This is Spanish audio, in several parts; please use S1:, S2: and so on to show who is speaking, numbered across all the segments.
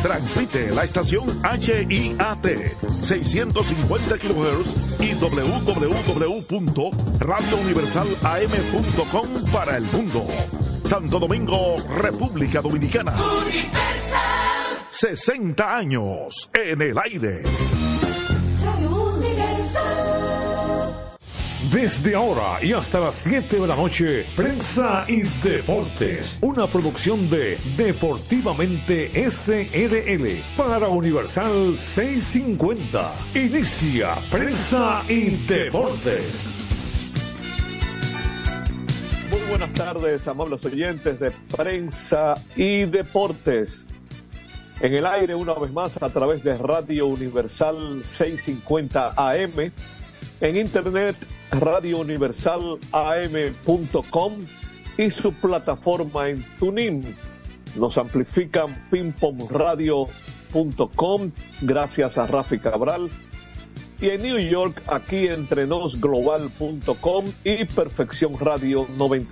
S1: Transmite la estación HIAT 650 kHz y www.radiouniversalam.com para el mundo. Santo Domingo, República Dominicana. Universal. 60 años en el aire.
S2: Desde ahora y hasta las 7 de la noche, Prensa y Deportes, una producción de Deportivamente SRL para Universal 650. Inicia Prensa y Deportes.
S3: Muy buenas tardes, amables oyentes de Prensa y Deportes. En el aire una vez más a través de Radio Universal 650 AM, en internet radiouniversalam.com y su plataforma en TuneIn. Nos amplifican pingpongradio.com gracias a Rafi Cabral, y en New York aquí entrenosglobal.com y Perfección Radio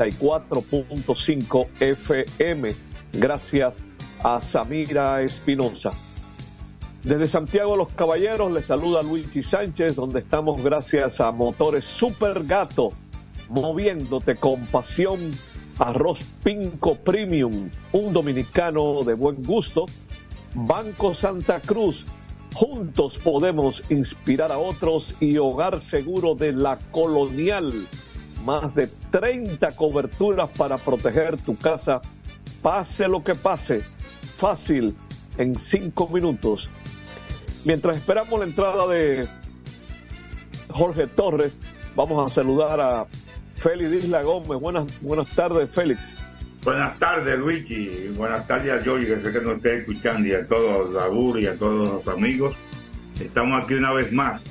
S3: 94.5 FM gracias a Samira Espinosa. Desde Santiago de los Caballeros les saluda Luigi Sánchez, donde estamos gracias a Motores Super Gato, moviéndote con pasión. Arroz Pinco Premium, un dominicano de buen gusto. Banco Santa Cruz, juntos podemos inspirar a otros. Y Hogar Seguro de La Colonial, más de 30 coberturas para proteger tu casa, pase lo que pase, fácil, en 5 minutos. Mientras esperamos la entrada de Jorge Torres, vamos a saludar a Félix Isla Gómez. Buenas tardes, Félix.
S4: Buenas tardes, Luigi. Buenas tardes a Joey, que sé que nos esté escuchando, y a todos, a Uri y a todos los amigos. Estamos aquí una vez más.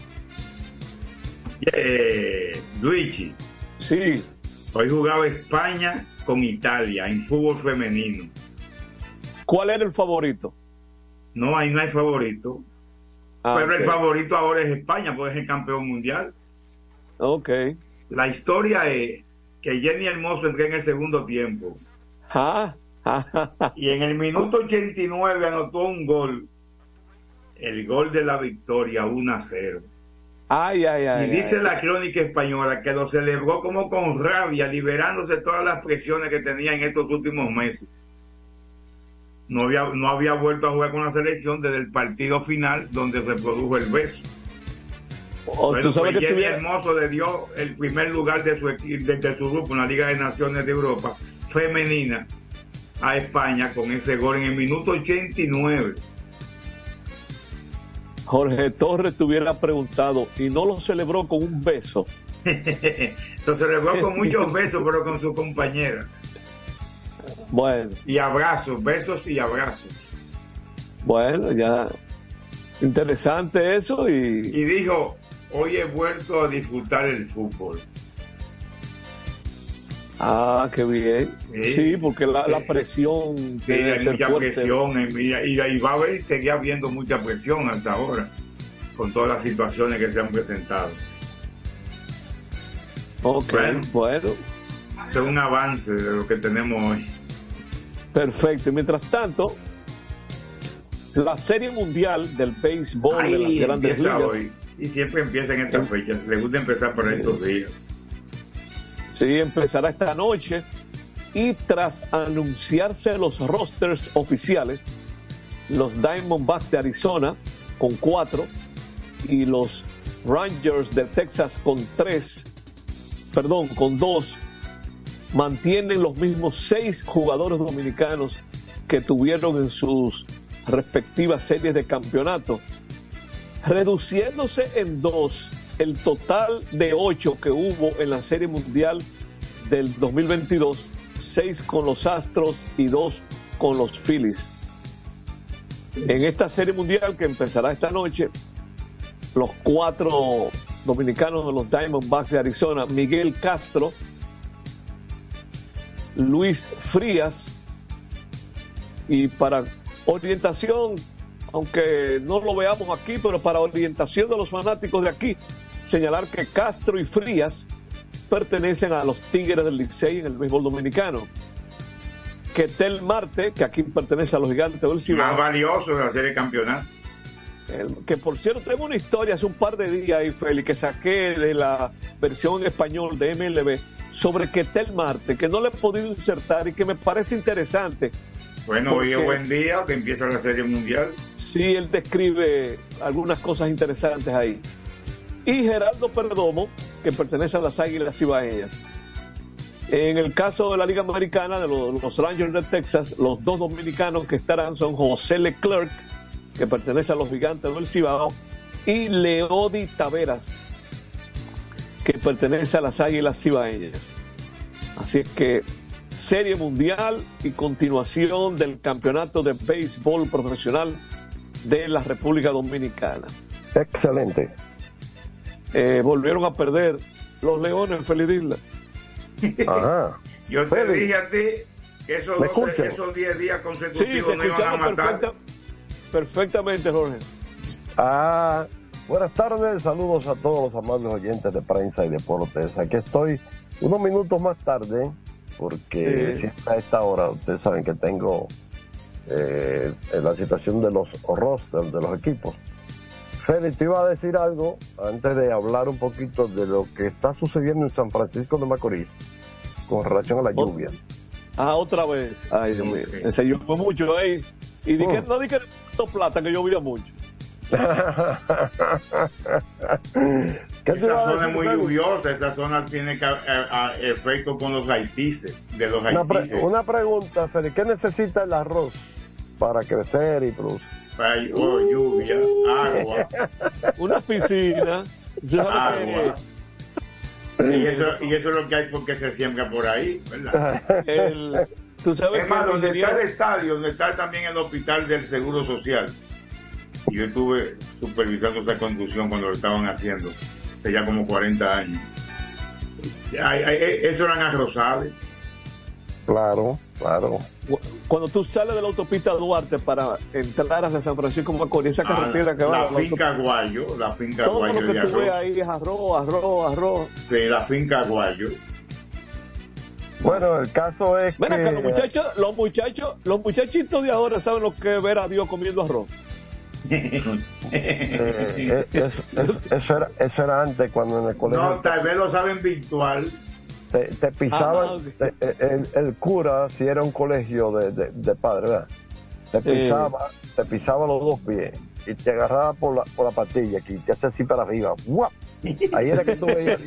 S4: Luigi.
S3: Sí.
S4: Hoy jugaba España con Italia en fútbol femenino.
S3: ¿Cuál era el favorito?
S4: No, ahí no hay favorito. Pero okay. El favorito ahora es España, porque es el campeón mundial.
S3: Ok.
S4: La historia es que Jenny Hermoso entró en el segundo tiempo. Y en el minuto 89 anotó un gol. El gol de la victoria, 1-0. Y dice la crónica española que lo celebró como con rabia, liberándose de todas las presiones que tenía en estos últimos meses. No había vuelto a jugar con la selección desde el partido final donde se produjo el beso. Bueno, pues Jenny Hermoso le dio el primer lugar de su grupo en la Liga de Naciones de Europa femenina a España con ese gol en el minuto 89.
S3: Jorge Torres te hubiera preguntado, ¿y no lo celebró con un beso?
S4: Lo celebró con muchos besos, pero con su compañera.
S3: Bueno.
S4: Y abrazos, besos y abrazos.
S3: Bueno, ya. Interesante eso. Y
S4: dijo, hoy he vuelto a disfrutar el fútbol.
S3: Ah, qué bien. Sí, porque la presión.
S4: Sí, hay mucha presión. Y va a haber, seguía habiendo mucha presión hasta ahora, con todas las situaciones que se han presentado.
S3: Ok, bueno.
S4: Es un avance de lo que tenemos hoy.
S3: Perfecto. Y mientras tanto, la Serie Mundial del Béisbol de las Grandes Ligas.
S4: Hoy. Y siempre empieza en estas fechas. Le gusta empezar por estos días.
S3: Sí, empezará esta noche. Y tras anunciarse los rosters oficiales, los Diamondbacks de Arizona con 4 y los Rangers de Texas con 2, mantienen los mismos 6 jugadores dominicanos que tuvieron en sus respectivas series de campeonato, reduciéndose en 2 el total de 8 que hubo en la Serie Mundial del 2022, 6 con los Astros y 2 con los Phillies. En esta Serie Mundial que empezará esta noche, los 4 dominicanos de los Diamondbacks de Arizona: Miguel Castro, Luis Frías, y para orientación, aunque no lo veamos aquí, pero para orientación de los fanáticos de aquí, señalar que Castro y Frías pertenecen a los Tigres del Licey en el béisbol dominicano, Ketel Marte, que aquí pertenece a los Gigantes del Cibao.
S4: Más valioso de la serie campeonato.
S3: Que por cierto, tengo una historia hace un par de días ahí, Félix, que saqué de la versión en español de MLB sobre Ketel Marte, que no le he podido insertar y que me parece interesante.
S4: Bueno, hoy es buen día que empieza la Serie Mundial.
S3: Sí, él describe algunas cosas interesantes ahí. Y Gerardo Perdomo, que pertenece a las Águilas Cibaeñas. En el caso de la Liga Americana, de los Rangers de Texas, los dos dominicanos que estarán son José Leclerc, que pertenece a los Gigantes del Cibao, y Leody Taveras, que pertenece a las Águilas Cibaeñas. Así es que Serie Mundial y continuación del Campeonato de Béisbol Profesional de la República Dominicana.
S5: Excelente.
S3: Volvieron a perder los Leones en Feliz Isla.
S5: Ajá.
S4: Yo te dije a ti que esos 10 días consecutivos no iban a matar.
S3: Perfectamente, Jorge.
S5: Buenas tardes, saludos a todos los amables oyentes de Prensa y Deportes. Aquí estoy unos minutos más tarde, porque siempre a esta hora, ustedes saben que tengo la situación de los rosters de los equipos. Félix, te iba a decir algo antes de hablar un poquito de lo que está sucediendo en San Francisco de Macorís con relación a la lluvia.
S3: Otra vez. Ay, Dios mío. Se llovió mucho ahí. Y dije, no dije plata, que llovía mucho.
S4: Esa zona es muy lluviosa, esa zona tiene efecto con los haitises,
S5: Una pregunta, Félix, ¿qué necesita el arroz para crecer y producir?
S4: Lluvia, agua.
S3: Una piscina.
S4: Agua. Y eso es lo que hay porque se siembra por ahí, ¿verdad?
S3: ¿Tú sabes
S4: es más, donde está el estadio, donde está también el hospital del Seguro Social. Y yo estuve supervisando esa construcción cuando lo estaban haciendo, hace ya como 40 años. Eso eran arrozales.
S5: Claro.
S3: Cuando tú sales de la autopista Duarte para entrar hacia San Francisco Macorís, esa carretera que va
S4: la finca Aguayo,
S3: todo lo que tú ves ahí es arroz.
S4: Sí, la finca Aguayo.
S5: Bueno, el caso es que
S3: los muchachitos de ahora saben lo que es ver a Dios comiendo arroz.
S5: Eso era antes, cuando en el colegio.
S4: No, tal vez lo saben virtual.
S5: Te pisaban, el cura, si era un colegio de padres, ¿verdad? Te pisaba los dos pies y te agarraba por la patilla y te hacía así para arriba. ¡Guap! Ahí era que tú veías.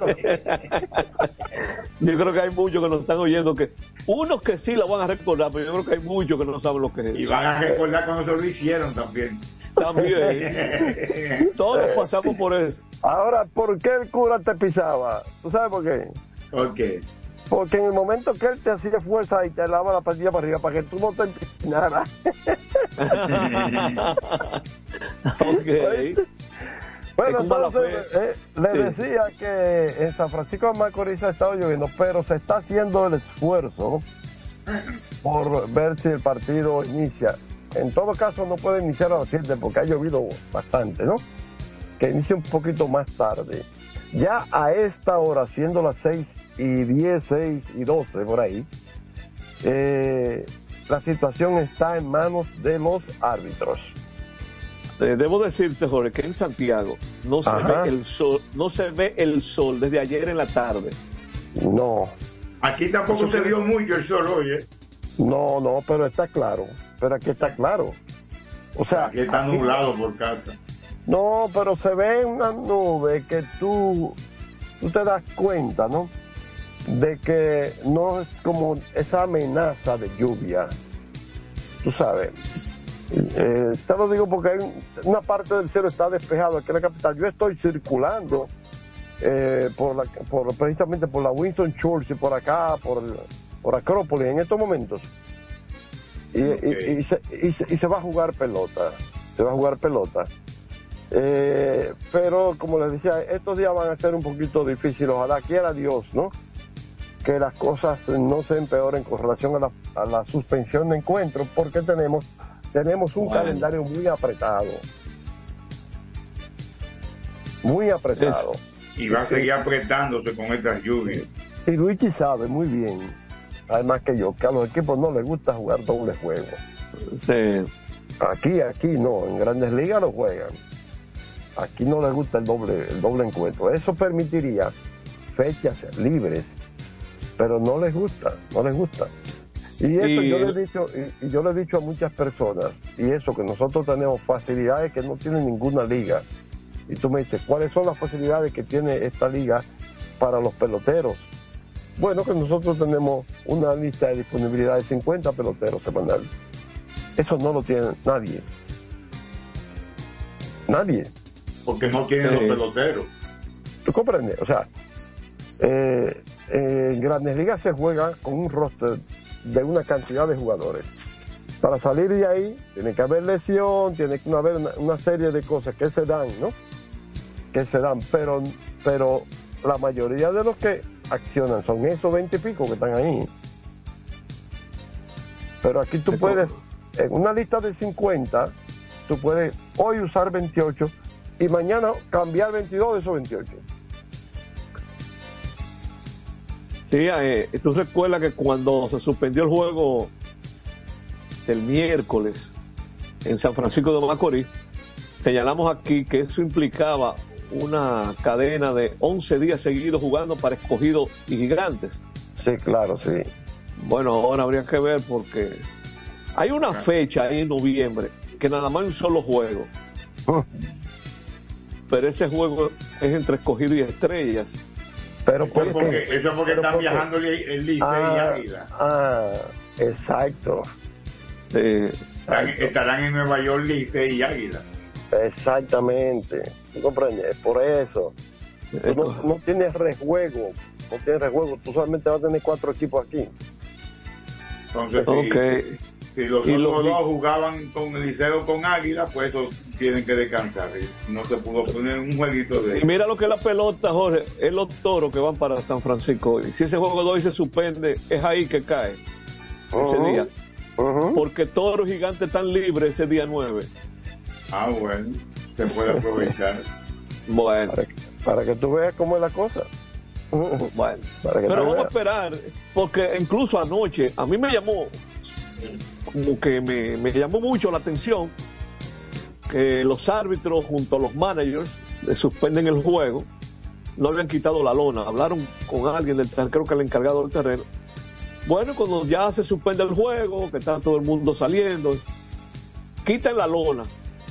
S3: Yo creo que hay muchos que nos están oyendo, que unos que sí lo van a recordar, pero yo creo que hay muchos que no saben lo que es.
S4: Y van a recordar cuando se lo hicieron también.
S3: Todos pasamos por eso.
S5: Ahora, ¿por qué el cura te pisaba? ¿Tú sabes por qué?
S4: ¿Por qué?
S5: Porque en el momento que él te hacía fuerza y te daba la patilla para arriba, para que tú no te empinaras.
S3: Okay.
S5: Bueno, entonces le decía que en San Francisco de Macorís ha estado lloviendo, pero se está haciendo el esfuerzo por ver si el partido inicia. En todo caso no puede iniciar a las 7 porque ha llovido bastante, ¿no? Que inicie un poquito más tarde. Ya a esta hora, siendo las 6:10, 6:12 por ahí, la situación está en manos de los árbitros.
S3: Debo decirte, Jorge, que en Santiago no se ve el sol desde ayer en la tarde.
S5: No.
S4: Aquí tampoco se vio mucho el sol hoy, ¿eh?
S5: No, pero está claro. Pero aquí está claro. O sea,
S4: aquí está nublado por casa.
S5: No, pero se ve una nube que tú te das cuenta, ¿no? De que no es como esa amenaza de lluvia. Tú sabes. Te lo digo porque hay una parte del cielo está despejado aquí en la capital. Yo estoy circulando precisamente por la Winston Churchill, por acá, por Acrópolis en estos momentos. Y se va a jugar pelota. Pero como les decía, estos días van a ser un poquito difíciles. Ojalá quiera Dios, ¿no? Que las cosas no se empeoren con relación a la suspensión de encuentros, porque tenemos un calendario muy apretado.
S4: Y va a seguir apretándose con estas lluvias.
S5: Y Luigi sabe muy bien además que yo, que a los equipos no les gusta jugar doble juego.
S3: Sí.
S5: Aquí no, en Grandes Ligas lo juegan. Aquí no les gusta el doble encuentro. Eso permitiría fechas libres, pero no les gusta. Y eso yo le he dicho a muchas personas, y eso que nosotros tenemos facilidades que no tiene ninguna liga. Y tú me dices, ¿cuáles son las facilidades que tiene esta liga para los peloteros? Bueno, que nosotros tenemos una lista de disponibilidad de 50 peloteros semanales. Eso no lo tiene nadie.
S4: Porque no tienen los peloteros.
S5: ¿Tú comprendes? O sea, en Grandes Ligas se juega con un roster de una cantidad de jugadores. Para salir de ahí, tiene que haber lesión, tiene que haber una serie de cosas que se dan, ¿no? Pero la mayoría de los que accionan son esos 20 y pico que están ahí. Pero aquí tú puedes, en una lista de 50, tú puedes hoy usar 28 y mañana cambiar 22 de esos 28.
S3: Sí, tú recuerdas que cuando se suspendió el juego el miércoles en San Francisco de Macorís, señalamos aquí que eso implicaba una cadena de 11 días seguidos jugando para Escogido y Gigantes.
S5: Sí, claro, sí.
S3: Bueno, ahora habría que ver porque hay una fecha ahí en noviembre que nada más hay un solo juego. Pero ese juego es entre Escogido y Estrellas.
S5: Pero
S4: porque están viajando el Licey y Águila.
S5: Exacto.
S4: Estarán en Nueva York Licey y Águila.
S5: Exactamente. ¿Tú comprendes? Por eso. Tú no tienes rejuego. Tú solamente vas a tener 4 equipos aquí.
S4: Entonces, si los otros dos jugaban con el Liceo con Águila, pues eso tienen que descansar. No se pudo poner un jueguito de...
S3: Y mira lo que es la pelota, Jorge, es los Toros que van para San Francisco. Y si ese juego de hoy se suspende, es ahí que cae ese día. Porque Toros Gigantes están libres ese día 9.
S4: Ah, bueno, se puede aprovechar.
S3: Bueno.
S5: Para que tú veas cómo es la cosa.
S3: Bueno, pero vamos a esperar, porque incluso anoche a mí me llamó, como que me llamó mucho la atención que los árbitros junto a los managers le suspenden el juego, no habían quitado la lona, hablaron con alguien del terreno, creo que el encargado del terreno. Bueno, cuando ya se suspende el juego, que está todo el mundo saliendo, quitan la lona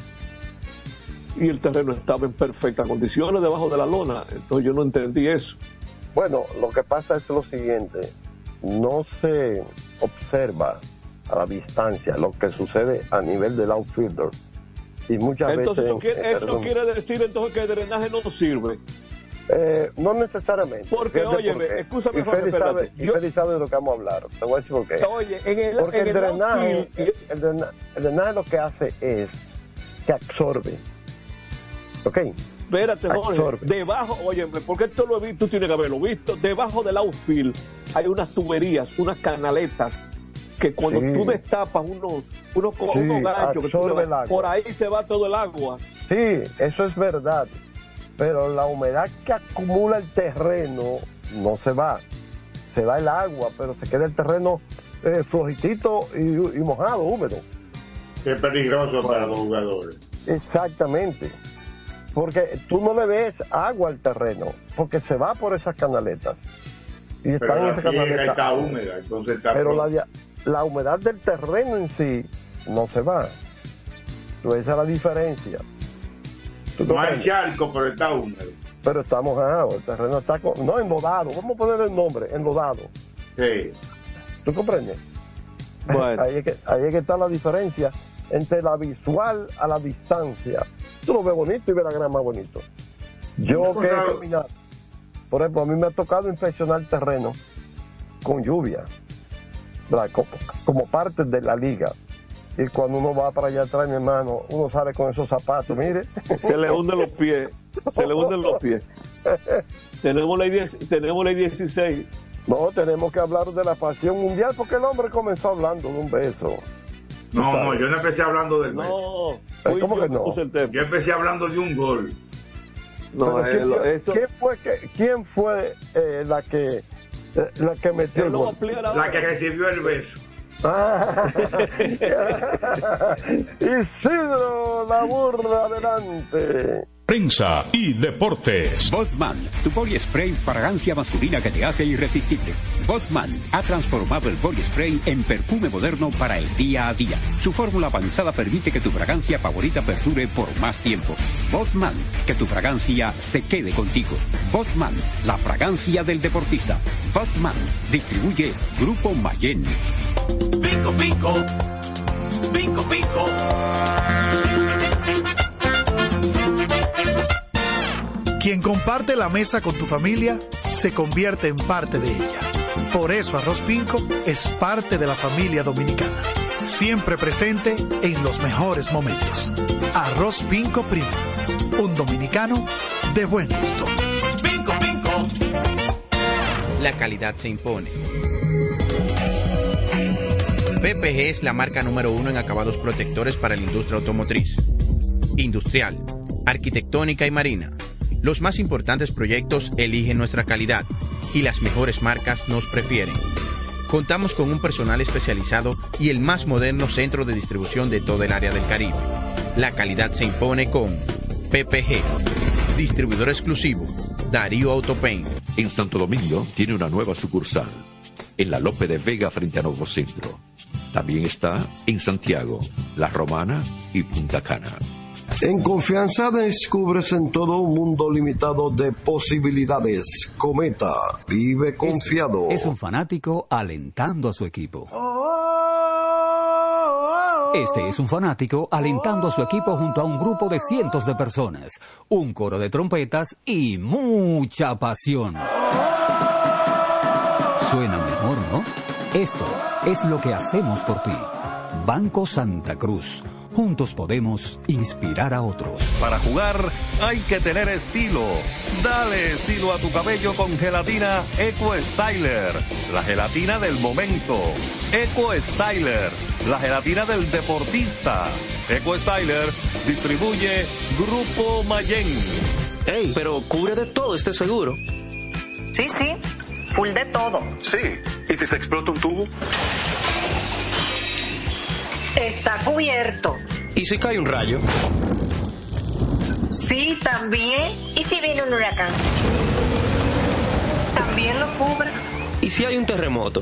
S3: y el terreno estaba en perfectas condiciones debajo de la lona. Entonces yo no entendí eso.
S5: Bueno, lo que pasa es lo siguiente, no se observa a la distancia lo que sucede a nivel del outfielder. Y muchas
S3: entonces,
S5: veces...
S3: ¿eso quiere decir entonces que el drenaje no sirve?
S5: No necesariamente.
S3: Porque, oye, escúchame, Jorge, espérate.
S5: Félix sabe de lo que vamos a hablar. Te voy a decir por qué.
S3: Oye,
S5: porque el drenaje lo que hace es que absorbe. ¿Ok?
S3: Espérate, Jorge, debajo, oye, porque esto lo he visto, tú tienes que haberlo visto, debajo del outfield hay unas tuberías, unas canaletas, que cuando tú destapas unos ganchos, que tú por ahí se va todo el agua.
S5: Sí, eso es verdad, pero la humedad que acumula el terreno no se va el agua, pero se queda el terreno flojitito y mojado, húmedo.
S4: Es peligroso para los jugadores.
S5: Exactamente. Porque tú no le ves agua al terreno, porque se va por esas canaletas. Y está en esa canaleta.
S4: Está húmeda, entonces está
S5: pero la humedad del terreno en sí no se va. Entonces esa es la diferencia.
S4: No hay charco, pero está húmedo.
S5: Pero está mojado, el terreno está... No, enlodado, vamos a poner el nombre, enlodado.
S4: Sí.
S5: ¿Tú comprendes?
S3: Bueno.
S5: Ahí es que está la diferencia entre la visual a la distancia. Tú lo ves bonito y ves la grama más bonito. Yo que he caminado, por ejemplo, a mí me ha tocado inspeccionar el terreno con lluvia, ¿verdad? Como parte de la liga. Y cuando uno va para allá atrás, mi hermano, uno sale con esos zapatos, mire.
S3: Se le hunden los pies. Tenemos la 16.
S5: No, tenemos que hablar de la pasión mundial porque el hombre comenzó hablando de un beso.
S4: No, yo no empecé hablando del
S3: beso.
S5: No, ¿cómo que no?
S4: Yo empecé hablando de un gol.
S3: No,
S5: ¿quién fue la que La que metió
S4: la que recibió el beso.
S5: Isidro Laburda, adelante.
S2: Prensa y deportes.
S6: Botman, tu body spray fragancia masculina que te hace irresistible. Botman ha transformado el body spray en perfume moderno para el día a día. Su fórmula avanzada permite que tu fragancia favorita perdure por más tiempo. Botman, que tu fragancia se quede contigo. Botman, la fragancia del deportista. Botman, distribuye Grupo Mayen.
S7: Pico, pico. Pico, pico.
S8: Quien comparte la mesa con tu familia se convierte en parte de ella. Por eso Arroz Pinco es parte de la familia dominicana. Siempre presente en los mejores momentos. Arroz Pinco Primo. Un dominicano de buen gusto.
S7: Pinco, pinco.
S9: La calidad se impone. PPG es la marca número 1 en acabados protectores para la industria automotriz, industrial, arquitectónica y marina. Los más importantes proyectos eligen nuestra calidad y las mejores marcas nos prefieren. Contamos con un personal especializado y el más moderno centro de distribución de todo el área del Caribe. La calidad se impone con PPG. Distribuidor exclusivo, Darío Autopain.
S10: En Santo Domingo tiene una nueva sucursal, en la Lope de Vega frente a Nuevo Centro. También está en Santiago, La Romana y Punta Cana.
S5: En confianza descubres en todo un mundo limitado de posibilidades. Cometa, vive confiado.
S6: Es un fanático alentando a su equipo. Este es un fanático alentando a su equipo junto a un grupo de cientos de personas, un coro de trompetas y mucha pasión. Suena mejor, ¿no? Esto es lo que hacemos por ti. Banco Santa Cruz. Juntos podemos inspirar a otros.
S11: Para jugar hay que tener estilo. Dale estilo a tu cabello con gelatina Eco Styler. La gelatina del momento. Eco Styler. La gelatina del deportista. Eco Styler distribuye Grupo Mayen.
S12: Ey, pero cubre de todo este seguro.
S13: Sí, full de todo.
S11: Sí, ¿y si se explota un tubo?
S13: Está cubierto.
S12: ¿Y si cae un rayo?
S13: Sí, también.
S14: ¿Y si viene un huracán?
S13: También lo cubre.
S12: ¿Y si hay un terremoto?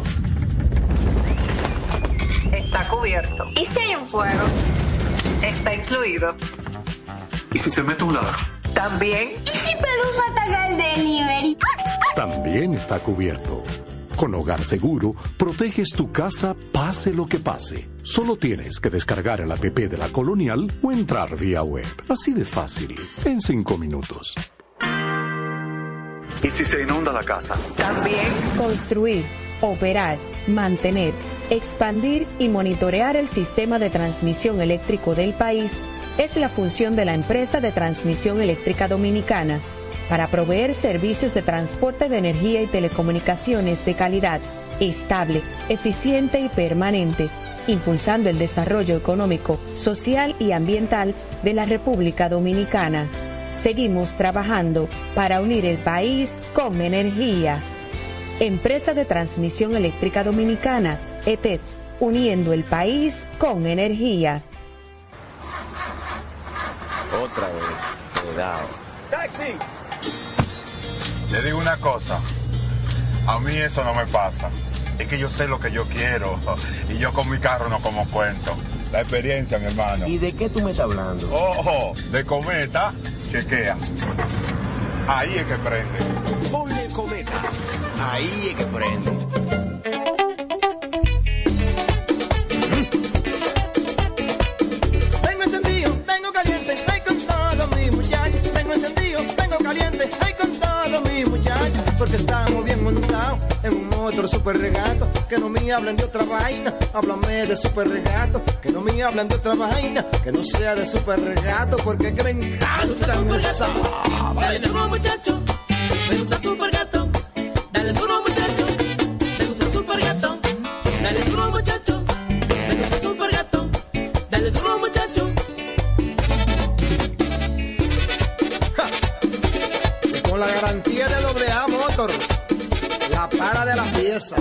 S13: Está cubierto.
S14: ¿Y si hay un fuego?
S13: Está incluido.
S11: ¿Y si se mete un ladrón?
S13: También.
S14: ¿Y si Pelusa ataca el delivery?
S2: También está cubierto. Con Hogar Seguro, proteges tu casa pase lo que pase. Solo tienes que descargar el app de la Colonial o entrar vía web. Así de fácil, en 5 minutos.
S11: ¿Y si se inunda la casa?
S13: También.
S15: Construir, operar, mantener, expandir y monitorear el sistema de transmisión eléctrico del país es la función de la empresa de transmisión eléctrica dominicana, para proveer servicios de transporte de energía y telecomunicaciones de calidad, estable, eficiente y permanente, impulsando el desarrollo económico, social y ambiental de la República Dominicana. Seguimos trabajando para unir el país con energía. Empresa de Transmisión Eléctrica Dominicana, ETED, uniendo el país con energía.
S16: Otra vez, cuidado.
S17: ¡Taxi! Te digo una cosa, a mí eso no me pasa. Es que yo sé lo que yo quiero y yo con mi carro no como cuento. La experiencia, mi hermano.
S16: ¿Y de qué tú me estás hablando?
S17: Ojo, de Cometa, chequea. Ahí es que prende.
S16: Ponle Cometa, ahí es que prende.
S18: Vengo encendido, vengo caliente, estoy con todos mis muchachos. Vengo encendido, vengo caliente, estoy con todos mis muchachos. Porque estamos bien montados en un otro super regato. Que no me hablen de otra vaina, háblame de super regato. Que no me hablen de otra vaina, que no sea de super regato. Porque que me encanta esa.
S19: Dale duro muchacho, me gusta super gato. Dale duro muchacho, me gusta super gato. Dale duro muchacho, me gusta super gato. Dale duro muchacho.
S18: Con la garantía de AA Motor, la la para de la pieza.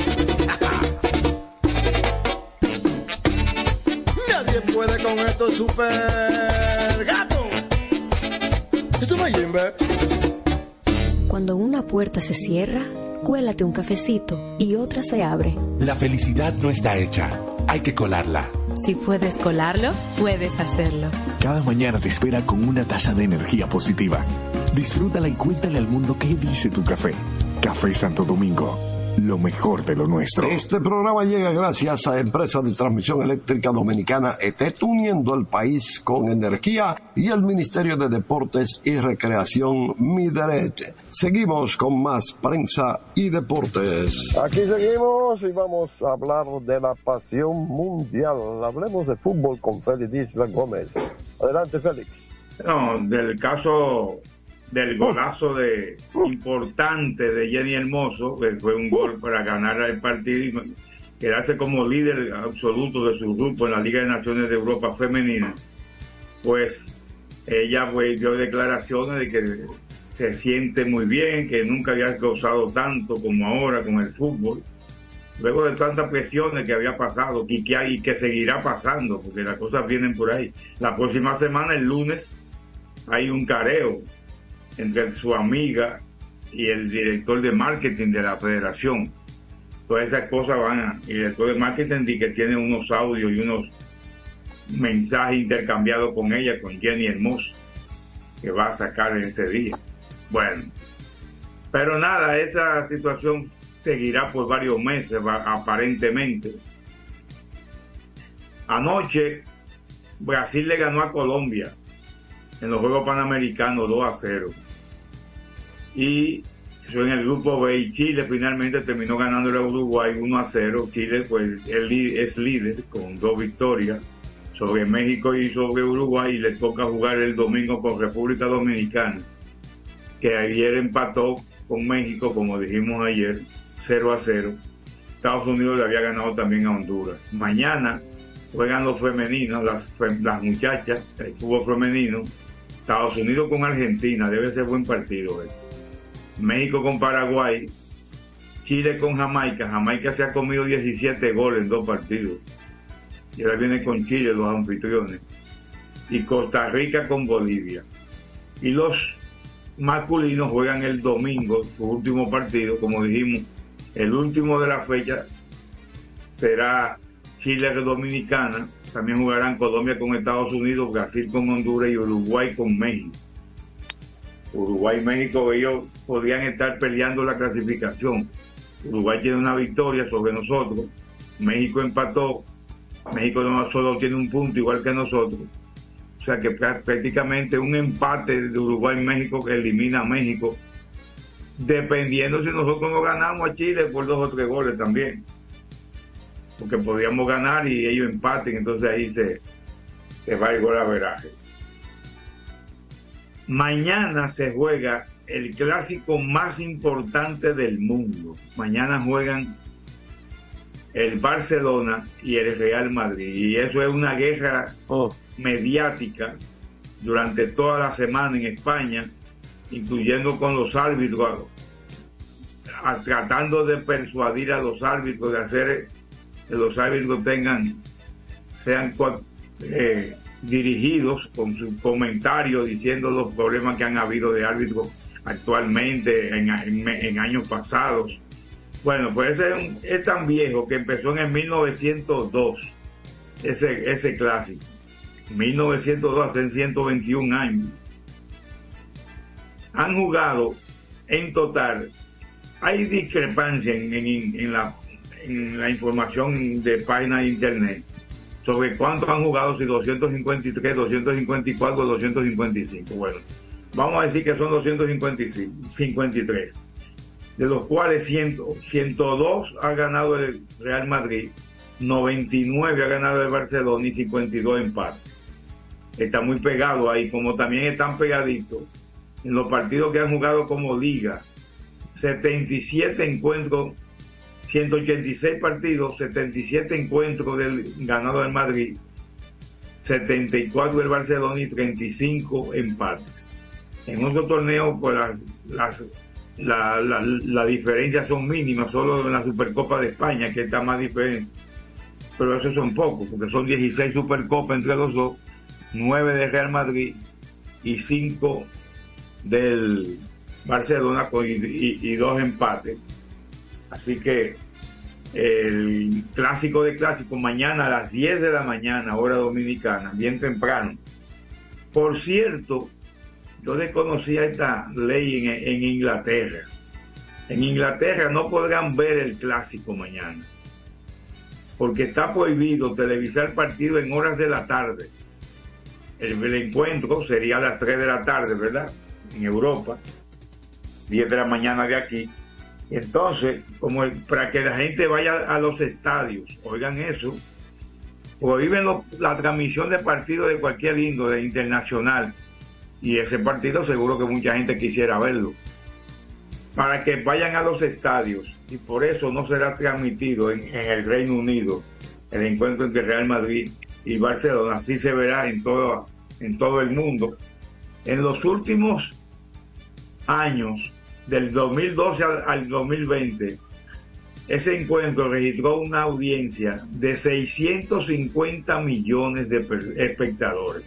S18: Nadie puede con estos super gatos. Esto no es Jimbe.
S15: Cuando una puerta se cierra, cuélate un cafecito y otra se abre.
S20: La felicidad no está hecha, hay que colarla.
S15: Si puedes colarlo, puedes hacerlo.
S21: Cada mañana te espera con una taza de energía positiva. Disfrútala y cuéntale al mundo qué dice tu café. Café Santo Domingo, lo mejor de lo nuestro.
S22: Este programa llega gracias a Empresa de Transmisión Eléctrica Dominicana ETET, uniendo al país con energía, y el Ministerio de Deportes y Recreación Mideret. Seguimos con más prensa y deportes.
S5: Aquí seguimos y vamos a hablar de la pasión mundial. Hablemos de fútbol con Félix Isla Gómez. Adelante, Félix.
S4: No, del caso del golazo importante de Jenny Hermoso, que fue un gol para ganar el partido y quedarse como líder absoluto de su grupo en la Liga de Naciones de Europa Femenina. Pues ella dio declaraciones de que se siente muy bien, que nunca había gozado tanto como ahora con el fútbol, luego de tantas presiones que había pasado y que seguirá pasando, porque las cosas vienen por ahí. La próxima semana, el lunes, hay un careo entre su amiga y el director de marketing de la federación. Todas esas cosas y el director de marketing dice que tiene unos audios y unos mensajes intercambiados con ella, con Jenny Hermoso, que va a sacar en este día. Bueno, pero nada, esa situación seguirá por varios meses, aparentemente. Anoche, Brasil le ganó a Colombia en los Juegos Panamericanos 2-0. Y eso en el grupo B, y Chile finalmente terminó ganándole a Uruguay 1-0. Chile pues es líder con 2 victorias sobre México y sobre Uruguay, y le toca jugar el domingo con República Dominicana, que ayer empató con México, como dijimos ayer, 0-0. Estados Unidos le había ganado también a Honduras. Mañana juegan los femeninos, las muchachas, el fútbol femenino. Estados Unidos con Argentina, debe ser buen partido. México con Paraguay, Chile con Jamaica. Jamaica se ha comido 17 goles en 2 partidos. Y ahora viene con Chile, los anfitriones. Y Costa Rica con Bolivia. Y los masculinos juegan el domingo, su último partido, como dijimos, el último de la fecha será Chile Dominicana. También jugarán Colombia con Estados Unidos, Brasil con Honduras y Uruguay con México. Uruguay y México, ellos podrían estar peleando la clasificación. Uruguay tiene una victoria sobre nosotros, México empató, México no solo tiene un punto igual que nosotros. O sea que prácticamente un empate de Uruguay y México que elimina a México, dependiendo si nosotros no ganamos a Chile por 2 o 3 goles también. Porque podríamos ganar y ellos empaten, entonces ahí se va el golaveraje. Mañana se juega el clásico más importante del mundo. Mañana juegan el Barcelona y el Real Madrid, y eso es una guerra mediática durante toda la semana en España, incluyendo con los árbitros, tratando de persuadir a los árbitros de hacer que los árbitros sean dirigidos con sus comentarios diciendo los problemas que han habido de árbitros actualmente en años pasados. Bueno, pues ese es tan viejo que empezó en el 1902, ese clásico. 1902, hace 121 años. Han jugado en total, hay discrepancia en la información de páginas de internet sobre cuántos han jugado, si 253, 254, 255. Bueno, vamos a decir que son 253, de los cuales 102 ha ganado el Real Madrid, 99 ha ganado el Barcelona y 52 empates. Está muy pegado ahí, como también están pegaditos en los partidos que han jugado como liga. 77 encuentros, 186 partidos, 77 encuentros del ganado del Madrid, 74 del Barcelona y 35 empates. En otros torneos, pues las la diferencia son mínimas, solo en la Supercopa de España que está más diferente, pero esos son pocos, porque son 16 Supercopas entre los dos, 9 de Real Madrid y 5 del Barcelona y 2 empates. Así que el clásico de clásicos mañana a las 10 de la mañana, hora dominicana, bien temprano. Por cierto, yo desconocía esta ley en Inglaterra. En Inglaterra no podrán ver el clásico mañana, porque está prohibido televisar partidos en horas de la tarde. El encuentro sería a las 3 de la tarde, ¿verdad? En Europa, 10 de la mañana de aquí. Entonces, para que la gente vaya a los estadios, oigan eso, prohíben la transmisión de partidos de cualquier índole internacional, y ese partido seguro que mucha gente quisiera verlo, para que vayan a los estadios, y por eso no será transmitido en el Reino Unido el encuentro entre Real Madrid y Barcelona. Así se verá en todo el mundo. En los últimos años, del 2012 al 2020, ese encuentro registró una audiencia de 650 millones de espectadores.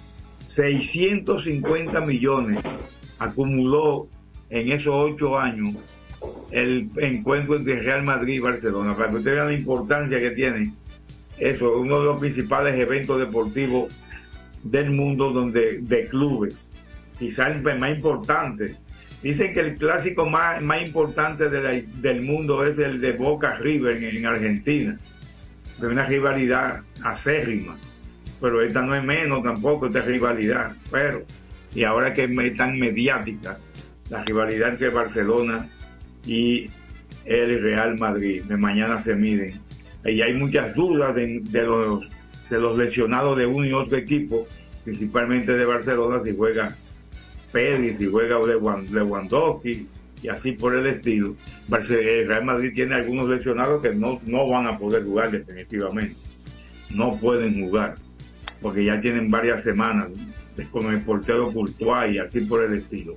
S4: 650 millones acumuló en esos 8 años el encuentro entre Real Madrid y Barcelona. Para que ustedes vean la importancia que tiene eso, uno de los principales eventos deportivos del mundo, de clubes, quizás el más importante. Dicen que el clásico más importante del mundo es el de Boca River en Argentina, de una rivalidad acérrima, pero esta no es menos tampoco, esta rivalidad, y ahora que es tan mediática la rivalidad entre Barcelona y el Real Madrid, de mañana se miden, y hay muchas dudas de los lesionados de uno y otro equipo, principalmente de Barcelona, si juega Pedri, si juega Lewandowski y así por el estilo. El Real Madrid tiene algunos lesionados que no van a poder jugar definitivamente, no pueden jugar porque ya tienen varias semanas con el portero Courtois y así por el estilo.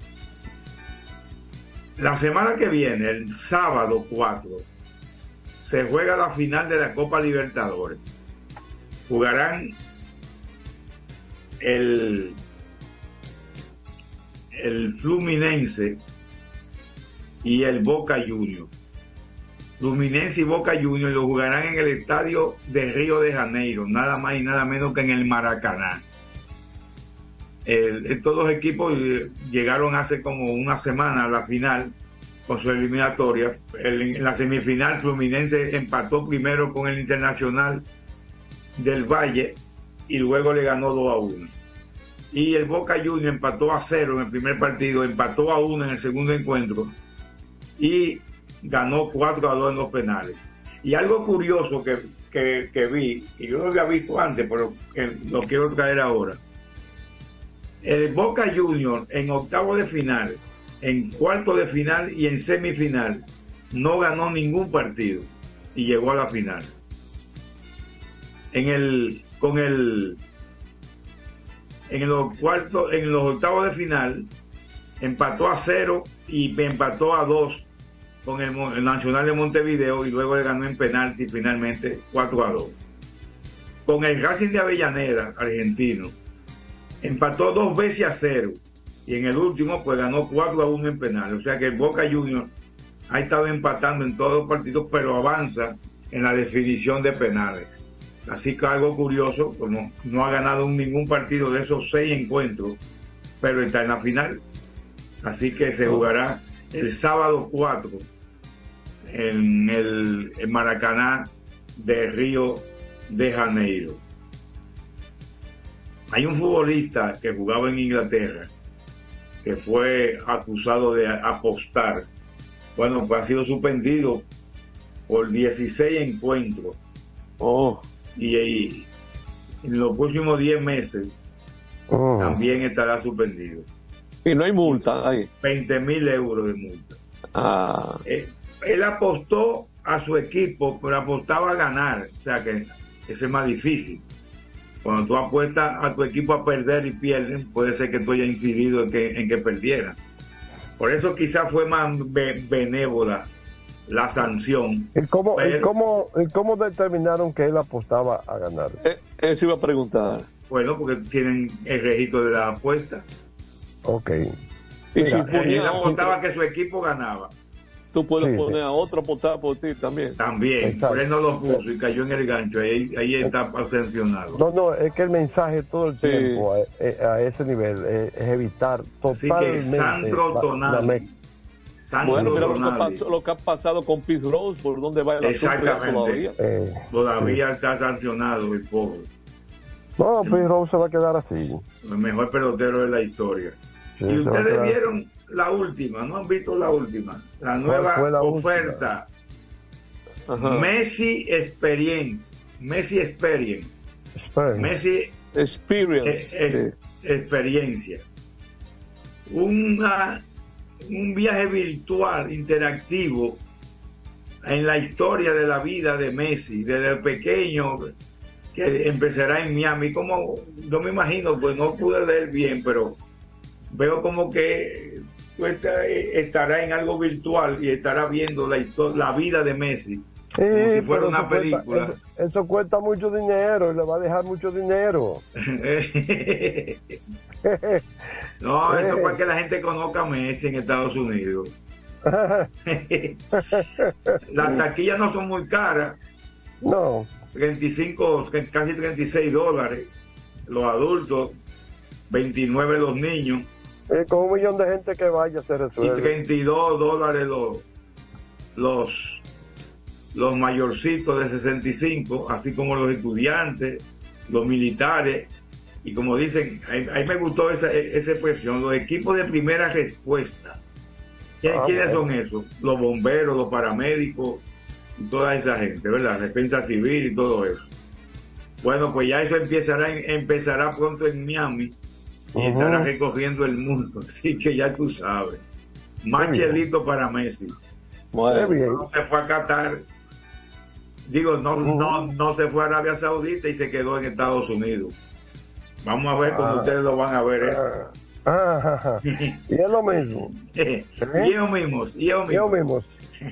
S4: La semana que viene, el sábado 4, se juega la final de la Copa Libertadores. Jugarán el Fluminense y el Boca Juniors. Fluminense y Boca Juniors lo jugarán en el estadio de Río de Janeiro, nada más y nada menos que en el Maracaná. Estos dos equipos llegaron hace como una semana a la final con su eliminatoria. En la semifinal, Fluminense empató primero con el Internacional del Valle y luego le ganó 2-1. Y el Boca Juniors empató a 0 en el primer partido, empató a 1 en el segundo encuentro y ganó 4-2 en los penales. Y algo curioso que vi, y yo lo había visto antes, pero lo quiero traer ahora. El Boca Juniors en octavo de final, en cuarto de final y en semifinal no ganó ningún partido y llegó a la final. En los octavos de final empató a 0 y empató a 2 con el Nacional de Montevideo y luego le ganó en penalti finalmente 4-2. Con el Racing de Avellaneda, argentino, empató 2 veces a 0 y en el último pues ganó 4-1 en penal. O sea que el Boca Juniors ha estado empatando en todos los partidos, pero avanza en la definición de penales. Así que algo curioso, como no ha ganado ningún partido de esos 6 encuentros, pero está en la final. Así que se jugará el sábado 4 en el Maracaná de Río de Janeiro. Hay un futbolista que jugaba en Inglaterra que fue acusado de apostar. Bueno, pues ha sido suspendido por 16 encuentros. Y en los próximos 10 meses también estará suspendido.
S5: Y no hay multa ahí.
S4: 20.000 euros de multa. Él apostó a su equipo, pero apostaba a ganar. O sea que eso es más difícil. Cuando tú apuestas a tu equipo a perder y pierden, puede ser que tú hayas incidido en que perdiera. Por eso quizás fue más benévola la sanción.
S5: ¿Y cómo determinaron que él apostaba a ganar?
S1: Eso iba a preguntar.
S4: Bueno, porque tienen el registro de la apuesta.
S5: Ok.
S1: Y si
S4: él apostaba que su equipo ganaba.
S1: Tú puedes poner a otro a apostar por ti también.
S4: También, pero él no lo puso y cayó en el gancho. Ahí está sancionado.
S5: No, es que el mensaje todo el tiempo a ese nivel es evitar totalmente
S1: Bueno, mira lo que ha pasado con Pete Rose, por dónde va el
S4: exactamente. Todavía está sancionado el pobre.
S5: No, Pete Rose se va a quedar así.
S4: El mejor pelotero de la historia. Sí, y ustedes vieron la última, ¿no han visto la última? La nueva oferta. Messi Experience. Experiencia. Un viaje virtual interactivo en la historia de la vida de Messi, desde pequeño, que empezará en Miami. Como yo me imagino, pues no pude leer bien, pero veo como que estará en algo virtual y estará viendo la vida de Messi como si fuera una película.
S5: Eso cuesta mucho dinero y le va a dejar mucho dinero.
S4: No, eso es para que la gente conozca a Messi en Estados Unidos. Las taquillas no son muy caras.
S5: No.
S4: 35, casi $36 los adultos, 29 los niños.
S5: Con 1 millón de gente que vaya se resuelve.
S4: Y $32 los mayorcitos de 65, así como los estudiantes, los militares. Y como dicen, ahí me gustó esa expresión, los equipos de primera respuesta. ¿Quiénes son esos? Los bomberos, los paramédicos y toda esa gente, ¿verdad? Defensa civil y todo eso. Bueno, pues ya eso empezará pronto en Miami y estará recorriendo el mundo. Así que ya tú sabes. Más chelito para Messi.
S5: Muy bien.
S4: No se fue a Qatar. Digo, no se fue a Arabia Saudita y se quedó en Estados Unidos. Vamos a ver cómo ustedes lo van a ver.
S5: Y es lo mismo.
S4: Y ellos mismos.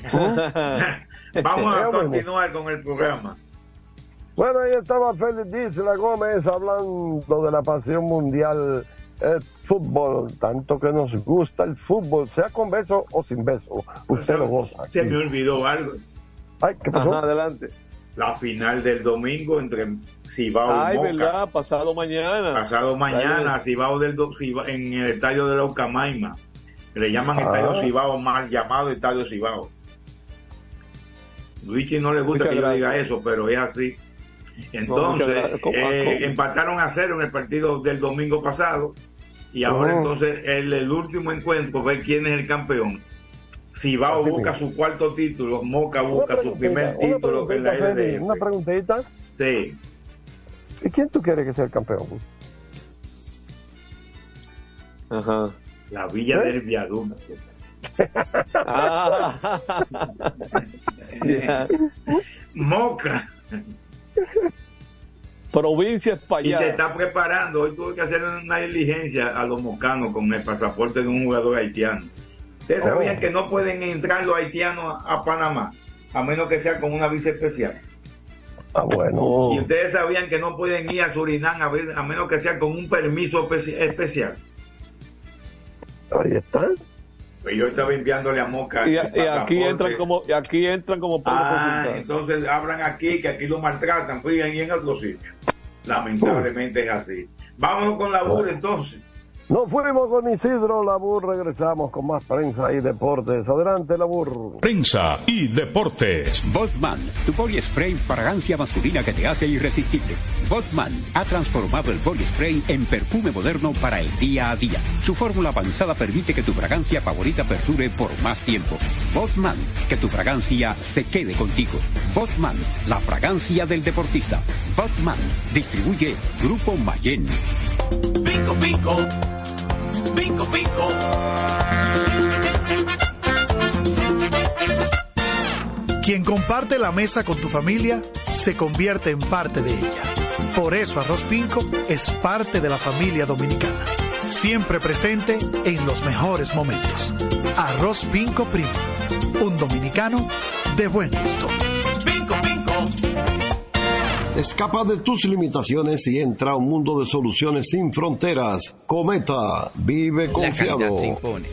S4: Vamos a continuar con el programa.
S5: Bueno, ahí estaba Félix Isla Gómez hablando de la pasión mundial, el fútbol, tanto que nos gusta el fútbol, sea con beso o sin beso, usted lo goza.
S4: Se me olvidó algo.
S5: Ay, ¿qué pasó?
S1: Adelante.
S4: La final del domingo entre Cibao y Moca.
S1: ¿Verdad? Pasado mañana, Cibao en el estadio de la Ucamaima. Le llaman Estadio Cibao, mal llamado Estadio Cibao. Luigi no le gusta que yo diga eso, pero es así. Entonces, empataron a 0 en el partido del domingo pasado. Y ahora entonces el último encuentro, ver quién es el campeón. Cibao busca su cuarto título, Moca busca su primer título en la LDF.
S5: Una preguntita.
S4: Sí.
S5: ¿Y quién tú quieres que sea el campeón?
S1: Ajá.
S4: La Villa del Viaducto. Moca.
S1: Provincia española.
S4: Y se está preparando. Hoy tuve que hacer una diligencia a los mocanos con el pasaporte de un jugador haitiano. Ustedes sabían que no pueden entrar los haitianos a Panamá, a menos que sea con una visa especial.
S5: Bueno.
S4: Y ustedes sabían que no pueden ir a Surinam a menos que sea con un permiso especial.
S5: Ahí está.
S4: Pues yo estaba enviándole a Moca.
S1: Y aquí entran como
S4: entonces hablan aquí, que aquí lo maltratan, y en otros sitios. Lamentablemente es así. Vámonos con la BUR entonces.
S5: Nos fuimos con Isidro Labur, regresamos con más prensa y deportes. Adelante, Labur.
S2: Prensa y deportes.
S6: Botman, tu body spray fragancia masculina que te hace irresistible. Botman ha transformado el body spray en perfume moderno para el día a día. Su fórmula avanzada permite que tu fragancia favorita perdure por más tiempo. Botman, que tu fragancia se quede contigo. Botman, la fragancia del deportista. Botman, distribuye Grupo Mayen.
S7: Pinco, pinco. Pinco, pinco.
S8: Quien comparte la mesa con tu familia se convierte en parte de ella. Por eso Arroz Pinco es parte de la familia dominicana. siempre presente en los mejores momentos. Arroz Pinco Primo, un dominicano de buen gusto.
S7: Pinco, pinco.
S22: Escapa de tus limitaciones y entra a un mundo de soluciones sin fronteras. Cometa, vive confiado.
S3: La calidad se impone.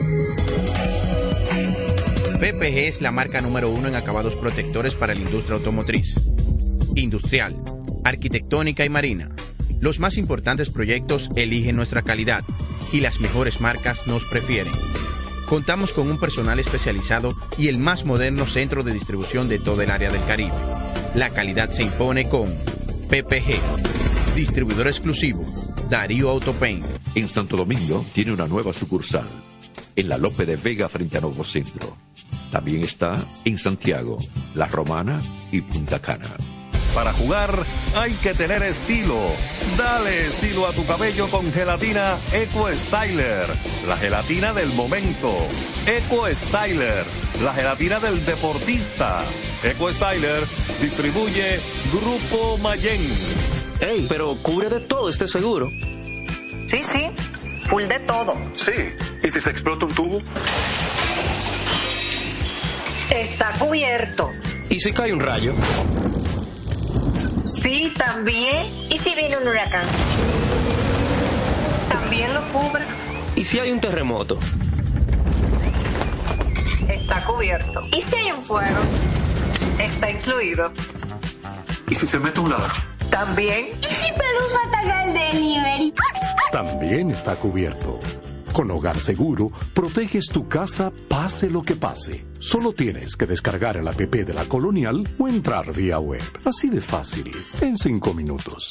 S3: PPG es la marca número 1 en acabados protectores para la industria automotriz, industrial, arquitectónica y marina. Los más importantes proyectos eligen nuestra calidad y las mejores marcas nos prefieren. Contamos con un personal especializado y el más moderno centro de distribución de todo el área del Caribe. La calidad se impone con PPG. Distribuidor exclusivo, Darío Autopaint.
S10: En Santo Domingo tiene una nueva sucursal, en la Lope de Vega frente a Nuevo Centro. También está en Santiago, La Romana y Punta Cana.
S11: Para jugar hay que tener estilo. Dale estilo a tu cabello con gelatina Eco Styler, la gelatina del momento. Eco Styler, la gelatina del deportista. Eco Styler distribuye Grupo Mayen.
S12: Ey, pero cubre de todo este seguro.
S13: Sí, full de todo.
S11: Sí, ¿y si se explota un tubo?
S13: Está cubierto.
S12: ¿Y si cae un rayo?
S13: Sí, también.
S14: ¿Y si viene un huracán?
S13: También lo cubre.
S12: ¿Y si hay un terremoto?
S13: Está cubierto.
S14: ¿Y si hay un fuego?
S13: Está incluido.
S11: ¿Y si se mete un ladrón?
S13: También.
S14: ¿Y si Pelusa ataca el delivery?
S2: También está cubierto. Con Hogar Seguro, proteges tu casa pase lo que pase. Solo tienes que descargar el app de la Colonial o entrar vía web. Así de fácil, en 5 minutos.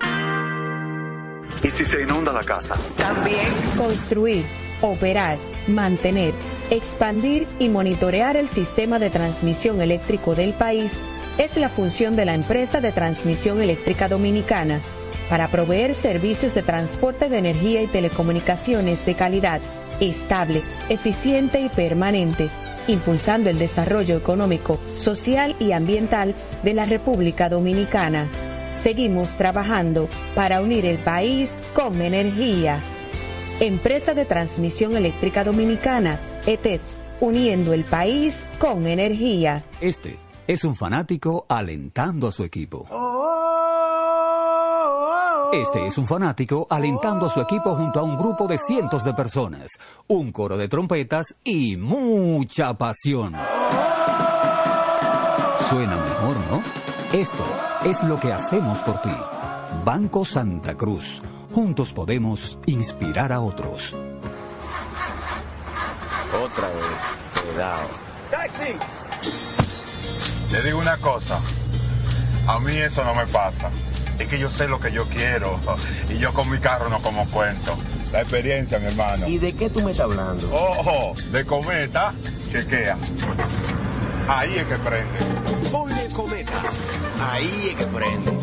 S11: ¿Y si se inunda la casa?
S13: También.
S15: Construir, operar, mantener, expandir y monitorear el sistema de transmisión eléctrico del país es la función de la empresa de transmisión eléctrica dominicana, para proveer servicios de transporte de energía y telecomunicaciones de calidad, estable, eficiente y permanente, impulsando el desarrollo económico, social y ambiental de la República Dominicana. Seguimos trabajando para unir el país con energía. Empresa de Transmisión Eléctrica Dominicana, ETED, uniendo el país con energía.
S6: Este es un fanático alentando a su equipo. Este es un fanático alentando a su equipo junto a un grupo de cientos de personas, un coro de trompetas y mucha pasión. Suena mejor, ¿no? Esto es lo que hacemos por ti. Banco Santa Cruz. Juntos podemos inspirar a otros.
S16: Otra vez, cuidado.
S17: ¡Taxi! Te digo una cosa, a mí eso no me pasa. Es que yo sé lo que yo quiero y yo con mi carro no como cuento. La experiencia, mi hermano.
S16: ¿Y de qué tú me estás hablando?
S17: Ojo, de Cometa, chequea. Ahí es que prende.
S16: Ponle Cometa. Ahí es que prende.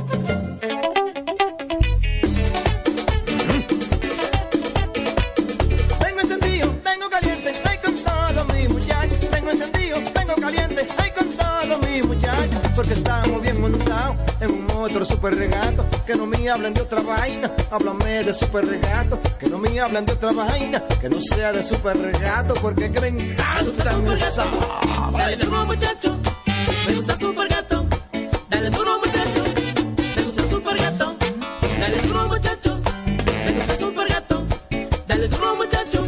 S18: Tengo encendido, tengo caliente, estoy con todos mis muchachos. Tengo encendido, tengo caliente, estoy con todos mis muchachos. Porque estamos bien montados en un motor super regato. Que no me hablen de otra vaina, háblame de super regato. Que no me hablen de otra vaina, que no sea de super regato. Porque que me encanta esa.
S19: Dale duro, muchacho, me gusta super gato. Dale duro, muchacho, me gusta super gato. Dale duro, muchacho, me gusta super gato. Dale duro, muchacho.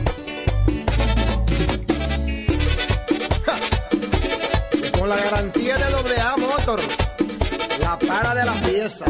S18: Con la garantía de AA Motor, la para de la pieza.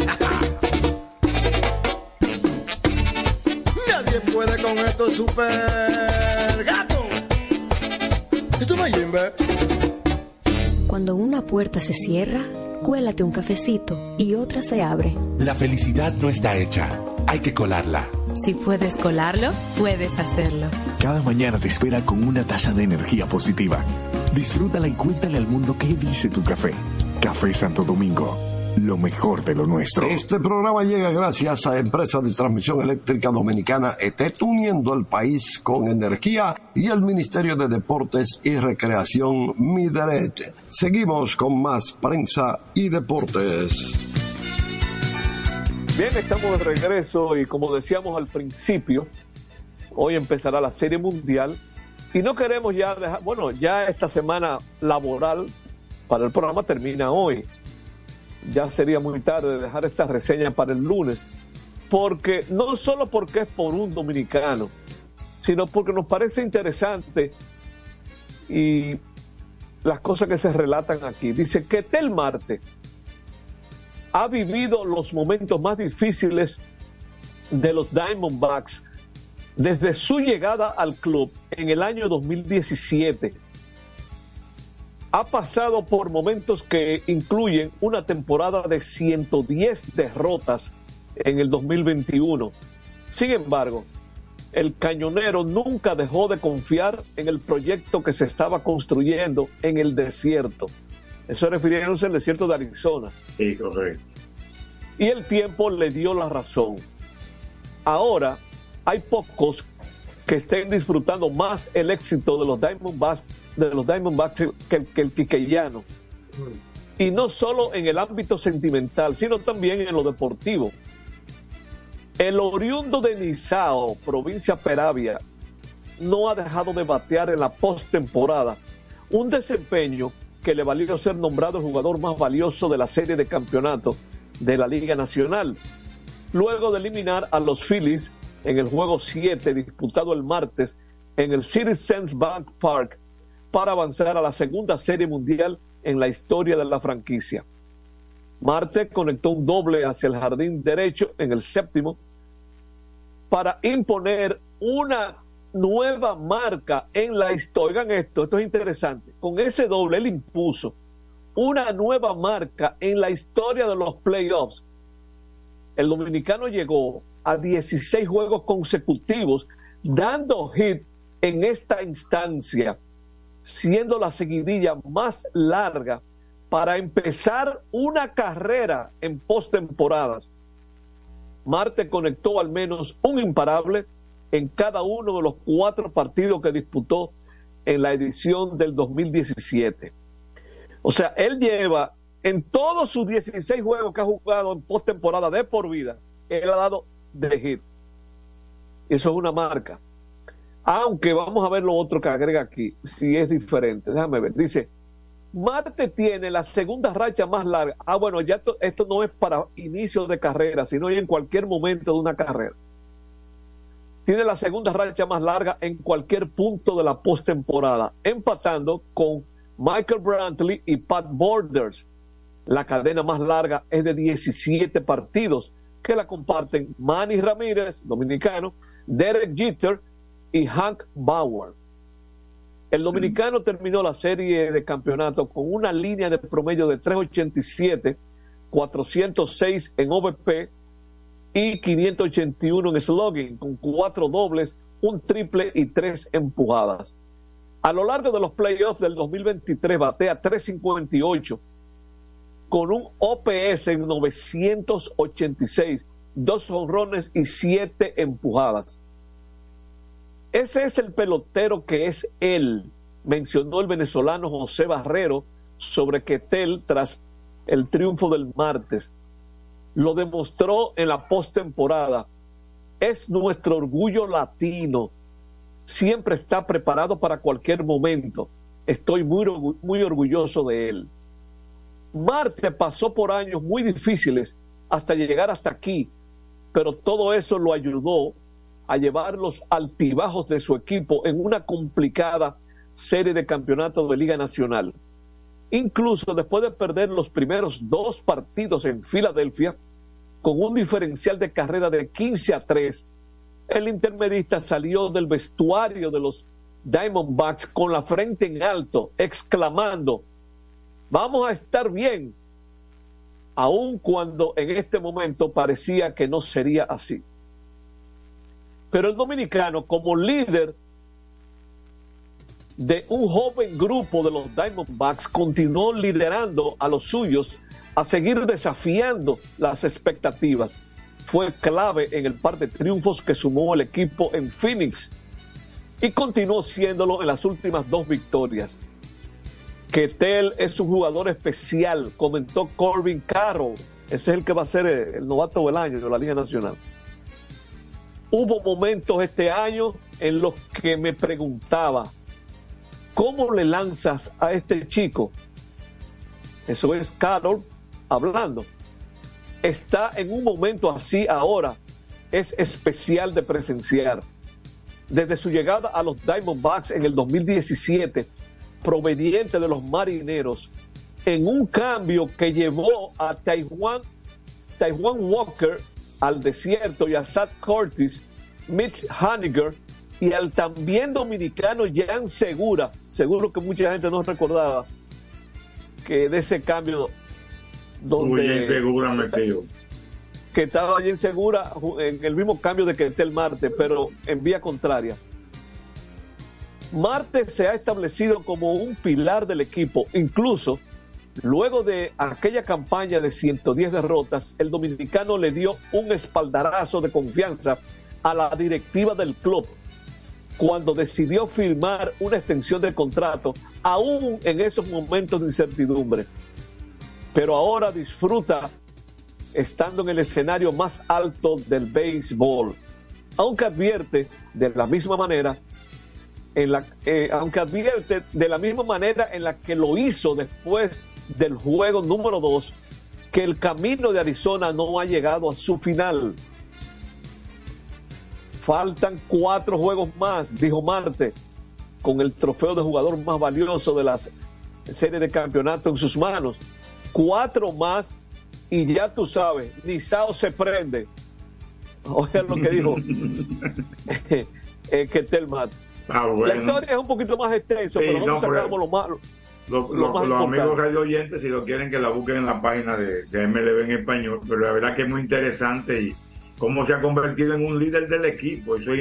S18: Nadie puede con esto super gato. Esto no es Jimbe.
S15: Cuando una puerta se cierra, cuélate un cafecito y otra se abre.
S20: La felicidad no está hecha, hay que colarla.
S15: Si puedes colarlo, puedes hacerlo.
S21: Cada mañana te espera con una taza de energía positiva. Disfrútala y cuéntale al mundo qué dice tu café. Café Santo Domingo, lo mejor de lo nuestro.
S22: Este programa llega gracias a Empresa de Transmisión Eléctrica Dominicana ETET, uniendo el país con energía, y el Ministerio de Deportes y Recreación Mideret. Seguimos con más prensa y deportes.
S1: Bien, estamos de regreso y como decíamos al principio, hoy empezará la Serie Mundial y no queremos ya dejar, bueno, ya esta semana laboral para el programa termina hoy. Ya sería muy tarde dejar esta reseña para el lunes, porque no solo porque es por un dominicano, sino porque nos parece interesante y las cosas que se relatan aquí. Dice que Ketel Marte ha vivido los momentos más difíciles de los Diamondbacks desde su llegada al club en el año 2017. Ha pasado por momentos que incluyen una temporada de 110 derrotas en el 2021. Sin embargo, el cañonero nunca dejó de confiar en el proyecto que se estaba construyendo en el desierto. Eso refiriéndose al desierto de Arizona.
S4: Sí, correcto.
S1: Y el tiempo le dio la razón. Ahora hay pocos que estén disfrutando más el éxito de los Diamondbacks que el quiqueyano. Y no solo en el ámbito sentimental, sino también en lo deportivo. El oriundo de Nizao, provincia Peravia, no ha dejado de batear en la postemporada, un desempeño que le valió ser nombrado el jugador más valioso de la serie de campeonato de la Liga Nacional, luego de eliminar a los Phillies en el juego 7 disputado el martes en el Citizens Bank Park para avanzar a la segunda Serie Mundial en la historia de la franquicia. Marte conectó un doble hacia el jardín derecho en el séptimo para imponer una nueva marca en la historia. Oigan esto es interesante. Con ese doble él impuso una nueva marca en la historia de los playoffs. El dominicano llegó a 16 juegos consecutivos dando hit en esta instancia, siendo la seguidilla más larga para empezar una carrera en postemporadas. Marte conectó al menos un imparable en cada uno de los 4 partidos que disputó en la edición del 2017. O sea, él lleva en todos sus 16 juegos que ha jugado en postemporada de por vida, él ha dado de hit. Eso es una marca. Aunque vamos a ver lo otro que agrega aquí, si es diferente. Déjame ver. Dice, Marte tiene la segunda racha más larga. Bueno, ya esto no es para inicios de carrera, sino en cualquier momento de una carrera. Tiene la segunda racha más larga en cualquier punto de la postemporada, empatando con Michael Brantley y Pat Borders. La cadena más larga es de 17 partidos, que la comparten Manny Ramírez, dominicano, Derek Jeter y Hank Bauer. El dominicano terminó la serie de campeonato con una línea de promedio de 387, 406 en OVP y 581 en slugging, con 4 dobles, un triple y 3 empujadas. A lo largo de los playoffs del 2023 batea 358 con un OPS en 986, 2 jonrones y 7 empujadas. Ese es el pelotero que es él, mencionó el venezolano José Barrero sobre Ketel tras el triunfo del martes. Lo demostró en la postemporada. Es nuestro orgullo latino. Siempre está preparado para cualquier momento. Estoy muy orgulloso de él. Marte pasó por años muy difíciles hasta llegar hasta aquí, pero todo eso lo ayudó a llevar los altibajos de su equipo en una complicada serie de campeonatos de Liga Nacional. Incluso después de perder los primeros 2 partidos en Filadelfia, con un diferencial de carrera de 15-3, el intermedista salió del vestuario de los Diamondbacks con la frente en alto, exclamando, vamos a estar bien, aun cuando en este momento parecía que no sería así. Pero el dominicano, como líder de un joven grupo de los Diamondbacks, continuó liderando a los suyos a seguir desafiando las expectativas. Fue clave en el par de triunfos que sumó el equipo en Phoenix y continuó siéndolo en las últimas 2 victorias. Ketel es un jugador especial, comentó Corbin Carroll, Ese es el que va a ser el novato del año de la Liga Nacional. Hubo momentos este año en los que me preguntaba, ¿cómo le lanzas a este chico? Eso es Carroll hablando. Está en un momento así ahora, es especial de presenciar. Desde su llegada a los Diamondbacks en el 2017, proveniente de los Marineros, en un cambio que llevó a Taijuan Walker al desierto y a Zach Curtis, Mitch Haniger y al también dominicano Jan Segura. Seguro que mucha gente no recordaba que de ese cambio donde
S4: Segura metido,
S1: que estaba allí en Segura en el mismo cambio de Ketel Marte, pero en vía contraria. Marte se ha establecido como un pilar del equipo. Incluso luego de aquella campaña de 110 derrotas, el dominicano le dio un espaldarazo de confianza a la directiva del club cuando decidió firmar una extensión de contrato, aún en esos momentos de incertidumbre. Pero ahora disfruta estando en el escenario más alto del béisbol, aunque advierte de la misma manera en la que lo hizo después del juego número 2, que el camino de Arizona no ha llegado a su final. Faltan 4 juegos más, dijo Marte, con el trofeo de jugador más valioso de la serie de campeonato en sus manos. 4 más y ya tú sabes, ni Sao se prende. Oigan lo que dijo Ketel Marte. Bueno. La historia es un poquito más extensa, sí, pero no sacamos lo más.
S4: Los amigos radio oyentes, si lo quieren, que la busquen en la página de MLB en español, pero la verdad que es muy interesante y cómo se ha convertido en un líder del equipo. Eso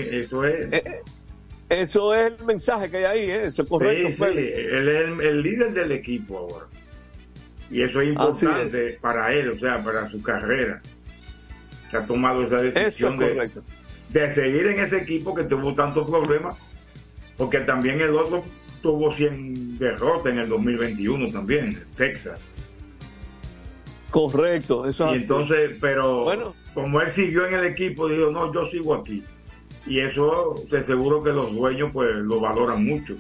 S4: es
S1: el mensaje que hay ahí, eso es correcto.
S4: Sí, él es el líder del equipo ahora. Y eso es importante para él, o sea, para su carrera. Se ha tomado esa decisión de seguir en ese equipo que tuvo tantos problemas, porque también el otro tuvo 100 derrotas en el 2021 también, Texas.
S1: Correcto, eso
S4: es. Y entonces, pero bueno, como él siguió en el equipo, dijo, no, yo sigo aquí. Y eso, te aseguro que los dueños pues lo valoran mucho.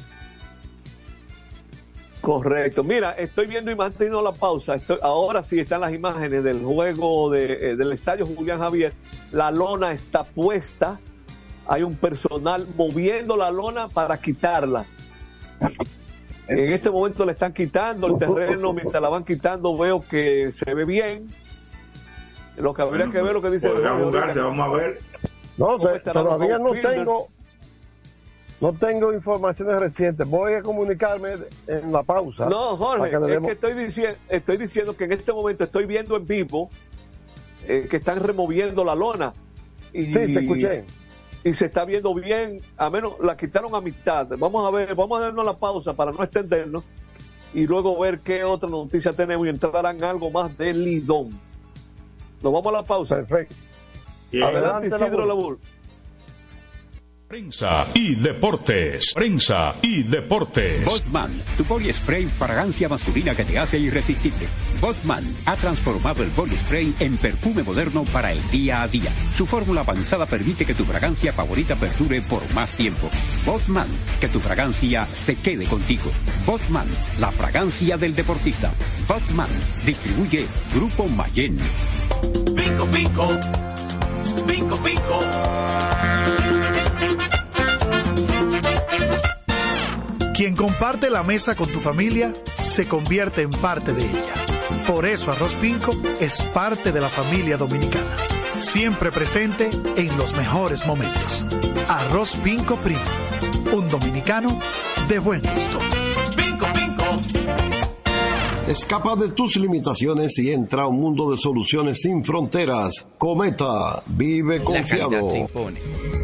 S1: Correcto. Mira, estoy viendo y manteniendo la pausa. Ahora sí están las imágenes del juego del estadio Julián Javier. La lona está puesta. Hay un personal moviendo la lona para quitarla. En este momento le están quitando el terreno. Mientras la van quitando, veo que se ve bien. Lo que habría que ver lo que dice.
S4: Vamos a ver.
S22: No, todavía no tengo informaciones recientes. Voy a comunicarme en la pausa.
S1: No, Jorge, es que estoy diciendo que en este momento estoy viendo en vivo que están removiendo la lona.
S22: Sí, te escuché.
S1: Y se está viendo bien, a menos la quitaron a mitad. Vamos a darnos la pausa para no extendernos y luego ver qué otra noticia tenemos y entrar en algo más de Lidón. Nos vamos a la pausa.
S22: Perfecto.
S1: Adelante, Isidro Labur.
S2: Prensa y deportes. Prensa y deportes.
S6: Botman, tu body spray fragancia masculina que te hace irresistible. Botman ha transformado el body spray en perfume moderno para el día a día. Su fórmula avanzada permite que tu fragancia favorita perdure por más tiempo. Botman, que tu fragancia se quede contigo. Botman, la fragancia del deportista. Botman, distribuye Grupo Mayen.
S7: Pico, pico. Pico, pico.
S8: Quien comparte la mesa con tu familia se convierte en parte de ella. Por eso Arroz Pinco es parte de la familia dominicana. Siempre presente en los mejores momentos. Arroz Pinco Primo. Un dominicano de buen gusto.
S7: Pinco, pinco.
S22: Escapa de tus limitaciones y entra a un mundo de soluciones sin fronteras. Cometa, vive confiado.
S3: La calidad se impone.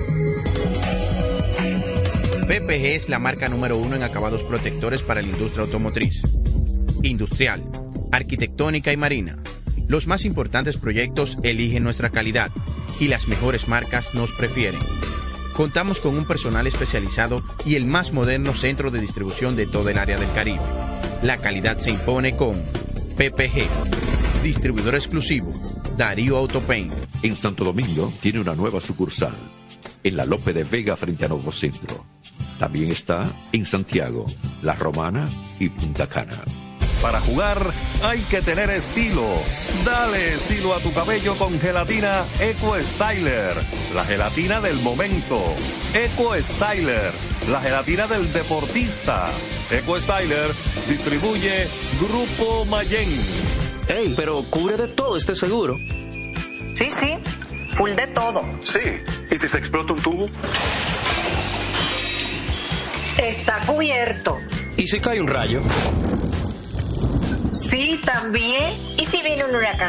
S3: PPG es la marca número 1 en acabados protectores para la industria automotriz, industrial, arquitectónica y marina. Los más importantes proyectos eligen nuestra calidad y las mejores marcas nos prefieren. Contamos con un personal especializado y el más moderno centro de distribución de toda el área del Caribe. La calidad se impone con PPG. Distribuidor exclusivo, Darío Autopaint.
S10: En Santo Domingo tiene una nueva sucursal, en la Lope de Vega frente a Nuevo Centro. También está en Santiago, La Romana y Punta Cana.
S11: Para jugar hay que tener estilo. Dale estilo a tu cabello con gelatina Eco Styler, la gelatina del momento. Eco Styler, la gelatina del deportista. Eco Styler distribuye Grupo Mayen.
S12: Ey, pero cubre de todo este seguro.
S13: Sí, full de todo.
S12: Sí, ¿y si se explota un tubo?
S13: Está cubierto.
S12: ¿Y si cae un rayo?
S13: Sí, también.
S14: ¿Y si viene un huracán?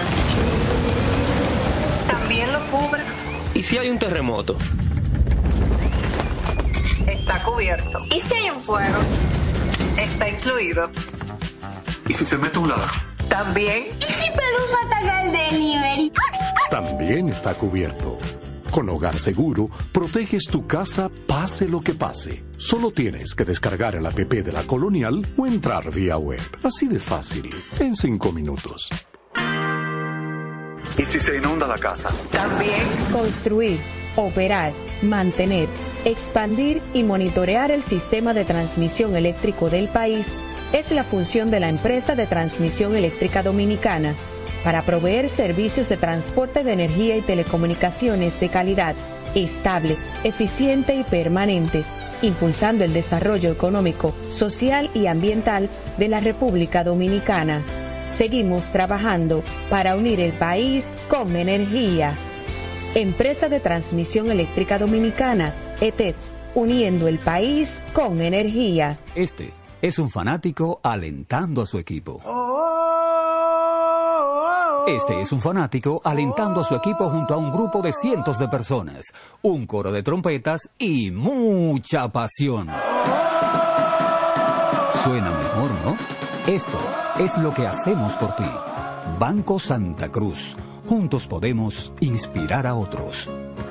S13: También lo cubre.
S12: ¿Y si hay un terremoto?
S13: Está cubierto.
S14: ¿Y si hay un fuego?
S13: Está incluido.
S12: ¿Y si se mete un ladrón?
S13: También.
S14: ¿Y si Pelusa ataca el delivery?
S21: También está cubierto. Con Hogar Seguro, proteges tu casa pase lo que pase. Solo tienes que descargar el app de la Colonial o entrar vía web. Así de fácil, en 5 minutos.
S12: ¿Y si se inunda la casa?
S13: También.
S15: Construir, operar, mantener, expandir y monitorear el sistema de transmisión eléctrico del país es la función de la empresa de transmisión eléctrica dominicana para proveer servicios de transporte de energía y telecomunicaciones de calidad, estable, eficiente y permanente, impulsando el desarrollo económico, social y ambiental de la República Dominicana. Seguimos trabajando para unir el país con energía. Empresa de Transmisión Eléctrica Dominicana, ETED, uniendo el país con energía.
S6: Este es un fanático alentando a su equipo. Este es un fanático alentando a su equipo junto a un grupo de cientos de personas, un coro de trompetas y mucha pasión. Suena mejor, ¿no? Esto es lo que hacemos por ti. Banco Santa Cruz. Juntos podemos inspirar a otros.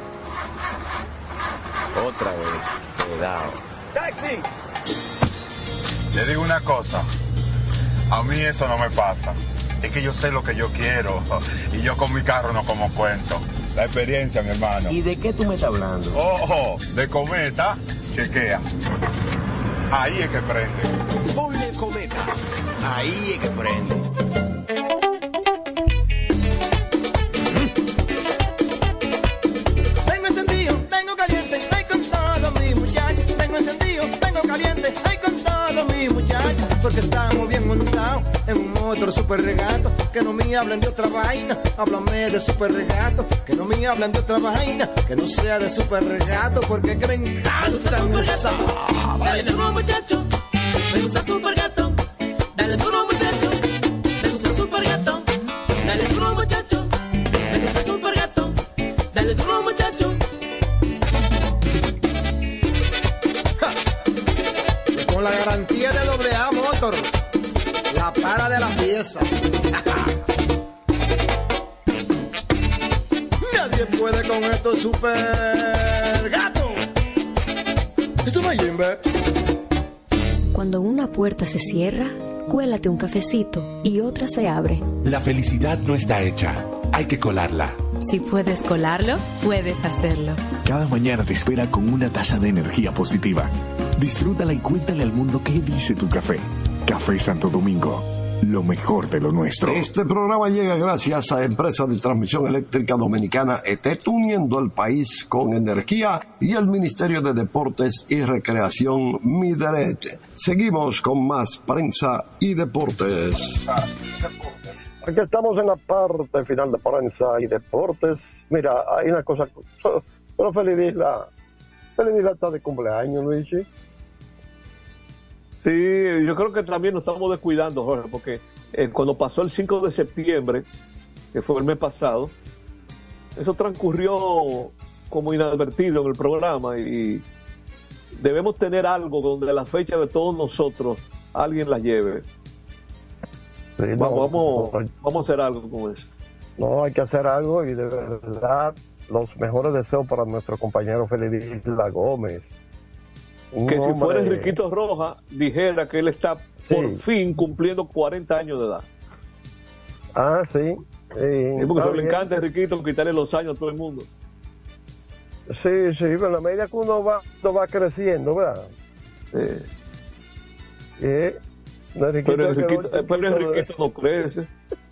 S16: Otra vez, cuidado.
S17: ¡Taxi! Le digo una cosa, a mí eso no me pasa. Es que yo sé lo que yo quiero y yo con mi carro no como cuento. La experiencia, mi hermano.
S16: ¿Y de qué tú me estás hablando?
S17: Ojo, de Cometa, chequea. Ahí es que prende.
S16: Ponle Cometa. Ahí es que prende.
S18: Tengo encendido, tengo caliente, ay con todos mis muchachos. Tengo encendido, tengo caliente, ay con todos mis muchachos. Porque estamos bien montados en un motor super regato. Que no me hablen de otra vaina, háblame de super regato. Que no me hablen de otra vaina, que no sea de super regato. Porque es que me encanta esa.
S19: Dale duro muchacho, me gusta super gato. Dale duro muchacho, me gusta super gato. Dale duro muchacho, me gusta super gato. Dale duro muchacho.
S18: Con la garantía de AA Motor, la para de la pieza. Nadie puede con esto super gato. Esto no es Jimbe.
S15: Cuando una puerta se cierra, cuélate un cafecito y otra se abre.
S20: La felicidad no está hecha, hay que colarla.
S15: Si puedes colarlo, puedes hacerlo.
S21: Cada mañana te espera con una taza de energía positiva. Disfrútala y cuéntale al mundo qué dice tu café. Café Santo Domingo, lo mejor de lo nuestro. Este programa llega gracias a Empresa de Transmisión Eléctrica Dominicana ETET, uniendo el país con energía, y el Ministerio de Deportes y Recreación Mideret. Seguimos con más prensa y deportes.
S22: Aquí estamos en la parte final de prensa y deportes. Mira, hay una cosa, pero Feliz Isla está de cumpleaños, Luigi.
S1: Sí, yo creo que también nos estamos descuidando, Jorge, porque cuando pasó el 5 de septiembre, que fue el mes pasado, eso transcurrió como inadvertido en el programa, y debemos tener algo donde la fecha de todos nosotros alguien la lleve.
S22: Sí,
S1: vamos a hacer algo con eso.
S22: No, hay que hacer algo, y de verdad, los mejores deseos para nuestro compañero Feliz Isla Gómez.
S1: Que si fuera Enriquito Rojas, dijera que él está por fin cumpliendo 40 años de edad.
S5: Ah, sí.
S1: Porque eso le encanta a Enriquito quitarle los años a todo el mundo.
S5: Sí, pero en la medida que uno va creciendo, ¿verdad?
S1: Pero Enriquito no crece.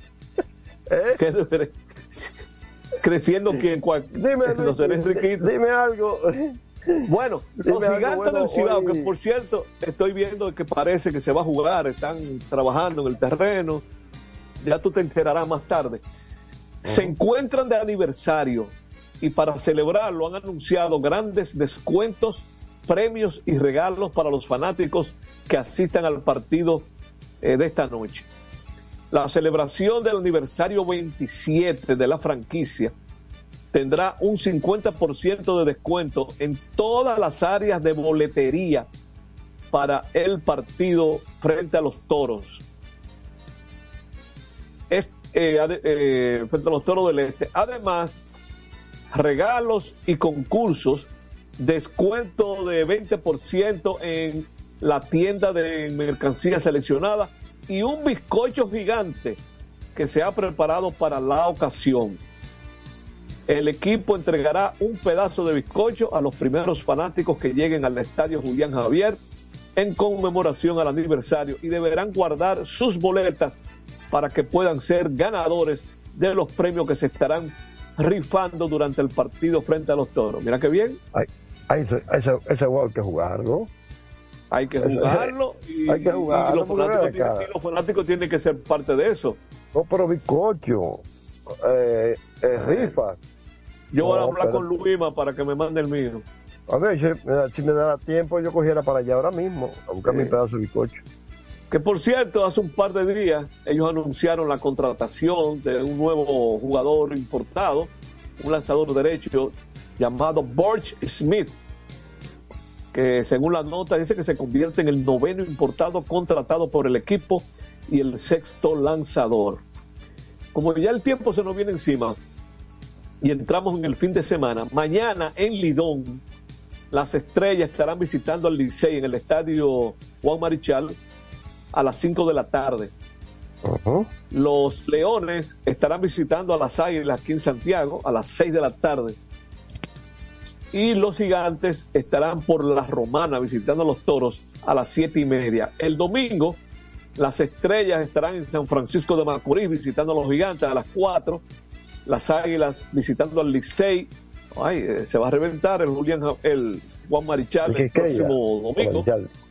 S1: Creciendo quién, no será Enriquito.
S5: Dime algo.
S1: Bueno, los Gigantes del Cibao, que por cierto estoy viendo que parece que se va a jugar, están trabajando en el terreno, ya tú te enterarás más tarde. Se encuentran de aniversario y para celebrarlo han anunciado grandes descuentos, premios y regalos para los fanáticos que asistan al partido de esta noche. La celebración del aniversario 27 de la franquicia tendrá un 50% de descuento en todas las áreas de boletería para el partido frente a los Toros. Frente a los Toros del Este. Además, regalos y concursos, descuento de 20% en la tienda de mercancía seleccionada y un bizcocho gigante que se ha preparado para la ocasión. El equipo entregará un pedazo de bizcocho a los primeros fanáticos que lleguen al estadio Julián Javier en conmemoración al aniversario y deberán guardar sus boletas para que puedan ser ganadores de los premios que se estarán rifando durante el partido frente a los Toros. Mira qué bien.
S5: Ese juego hay que jugarlo.
S1: Hay que jugarlo y los fanáticos tienen que ser parte de eso.
S5: No, pero bizcocho, rifas.
S1: Yo voy a hablar con Luima para que me mande el mío.
S5: A ver, si me da tiempo, yo cogiera para allá ahora mismo a buscar mi pedazo de bizcocho.
S1: Que por cierto, hace un par de días ellos anunciaron la contratación de un nuevo jugador importado, un lanzador derecho llamado Burch Smith, que según la nota dice que se convierte en el 9º importado contratado por el equipo y el 6º lanzador. Como ya el tiempo se nos viene encima y entramos en el fin de semana, mañana en Lidón las Estrellas estarán visitando al Licey en el estadio Juan Marichal a las 5 de la tarde. Los Leones estarán visitando a las Águilas aquí en Santiago a las 6 de la tarde. Y los Gigantes estarán por la Romana visitando a los Toros a las 7:30. El domingo, las Estrellas estarán en San Francisco de Macorís visitando a los Gigantes a las 4. Las Águilas visitando al Licey. Se va a reventar el Juan Marichal el próximo domingo.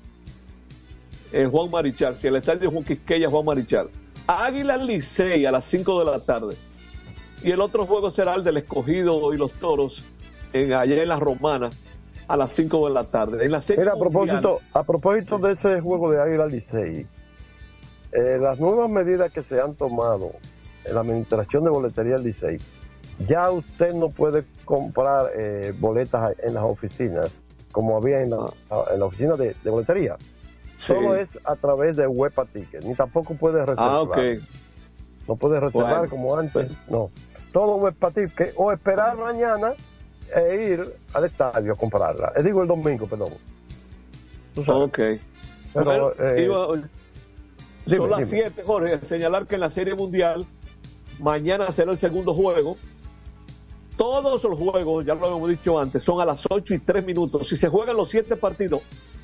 S1: Juan Marichal, el estadio Juan Quisqueya, Juan Marichal. Águilas Licey a las 5 de la tarde. Y el otro juego será el del Escogido y los Toros allá en la Romana a las 5 de la tarde. En la
S5: Mira, a propósito de ese juego de Águila Licey, las nuevas medidas que se han tomado en la administración de boletería del Licey, ya usted no puede comprar boletas en las oficinas como había en la oficina de boletería. Sí. Solo es a través de Huepa Ticket, ni tampoco puede reservar. No puede reservar como antes, no. Todo Huepa Ticket, o esperar mañana e ir al estadio a comprarla. Digo el domingo, perdón.
S1: Pero, son las 7, Jorge. Señalar que en la Serie Mundial mañana será el segundo juego. Todos los juegos, ya lo hemos dicho antes, son a las 8:03. Si se juegan los 7 partidos,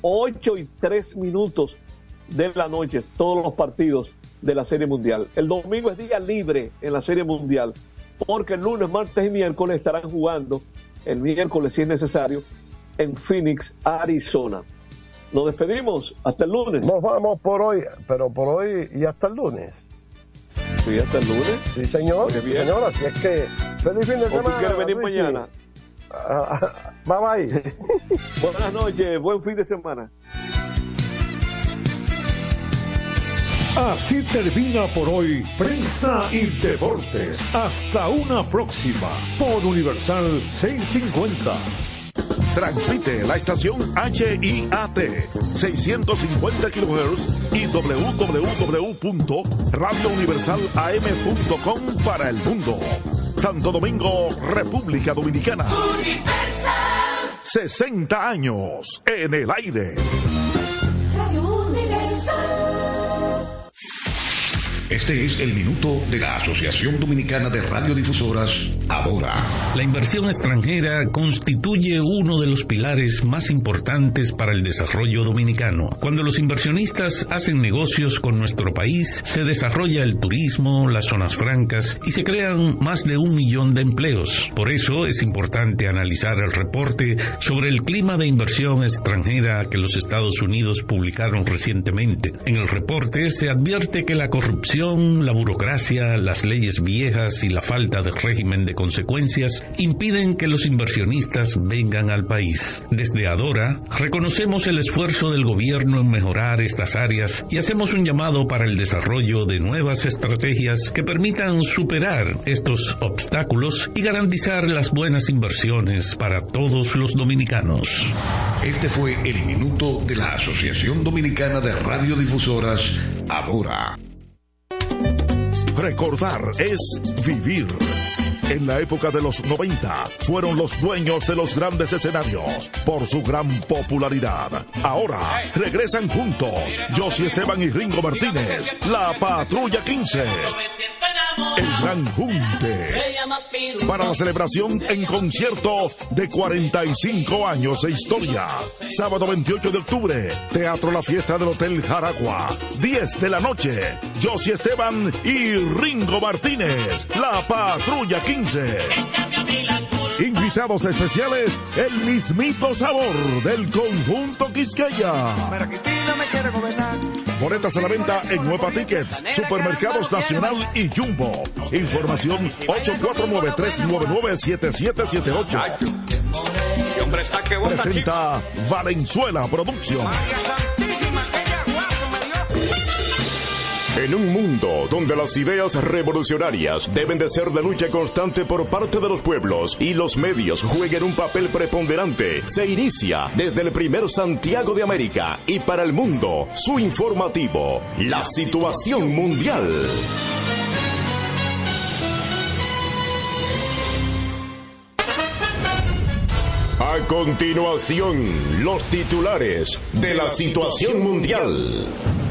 S1: 8:03 de la noche, todos los partidos de la Serie Mundial. El domingo es día libre en la Serie Mundial, porque el lunes, martes y miércoles estarán jugando, el miércoles si es necesario, en Phoenix, Arizona. Nos despedimos, hasta el lunes.
S5: Nos vamos por hoy, pero por hoy y hasta el lunes.
S1: Sí, hasta el lunes.
S5: Sí, señor. Sí, señor, así es que feliz fin de semana.
S1: ¿O quieres venir mañana?
S5: Bye.
S1: Buenas noches, buen fin de semana.
S2: Así termina por hoy Prensa y Deportes. Hasta una próxima por Universal 650.
S9: Transmite la estación HIAT 650 kHz y www.radiouniversalam.com para el mundo. Santo Domingo, República Dominicana. Universal. 60 años en el aire.
S4: Este es el minuto de la Asociación Dominicana de Radiodifusoras, Adora.
S8: La inversión extranjera constituye uno de los pilares más importantes para el desarrollo dominicano. Cuando los inversionistas hacen negocios con nuestro país, se desarrolla el turismo, las zonas francas y se crean más de 1 millón de empleos. Por eso es importante analizar el reporte sobre el clima de inversión extranjera que los Estados Unidos publicaron recientemente. En el reporte se advierte que la corrupción, la burocracia, las leyes viejas y la falta de régimen de consecuencias impiden que los inversionistas vengan al país. Desde Adora, reconocemos el esfuerzo del gobierno en mejorar estas áreas y hacemos un llamado para el desarrollo de nuevas estrategias que permitan superar estos obstáculos y garantizar las buenas inversiones para todos los dominicanos.
S4: Este fue el minuto de la Asociación Dominicana de Radiodifusoras, Adora.
S9: Recordar es vivir. En la época de los 90 fueron los dueños de los grandes escenarios por su gran popularidad. Ahora regresan juntos Josy Esteban y Ringo Martínez, La Patrulla 15. El Gran Junte. Para la celebración en concierto de 45 años de historia. Sábado 28 de octubre, Teatro La Fiesta del Hotel Jaragua. 10 de la noche, Josy Esteban y Ringo Martínez, La Patrulla 15. Invitados especiales, el mismito sabor del conjunto Quisqueya. Boletas a la venta en Nueva Tickets, Supermercados Nacional y Jumbo. Información 849-399-7778. Presenta Valenzuela Producción.
S23: En un mundo donde las ideas revolucionarias deben de ser de lucha constante por parte de los pueblos y los medios jueguen un papel preponderante, se inicia desde el primer Santiago de América y para el mundo su informativo, La Situación Mundial. A continuación, los titulares de La Situación Mundial.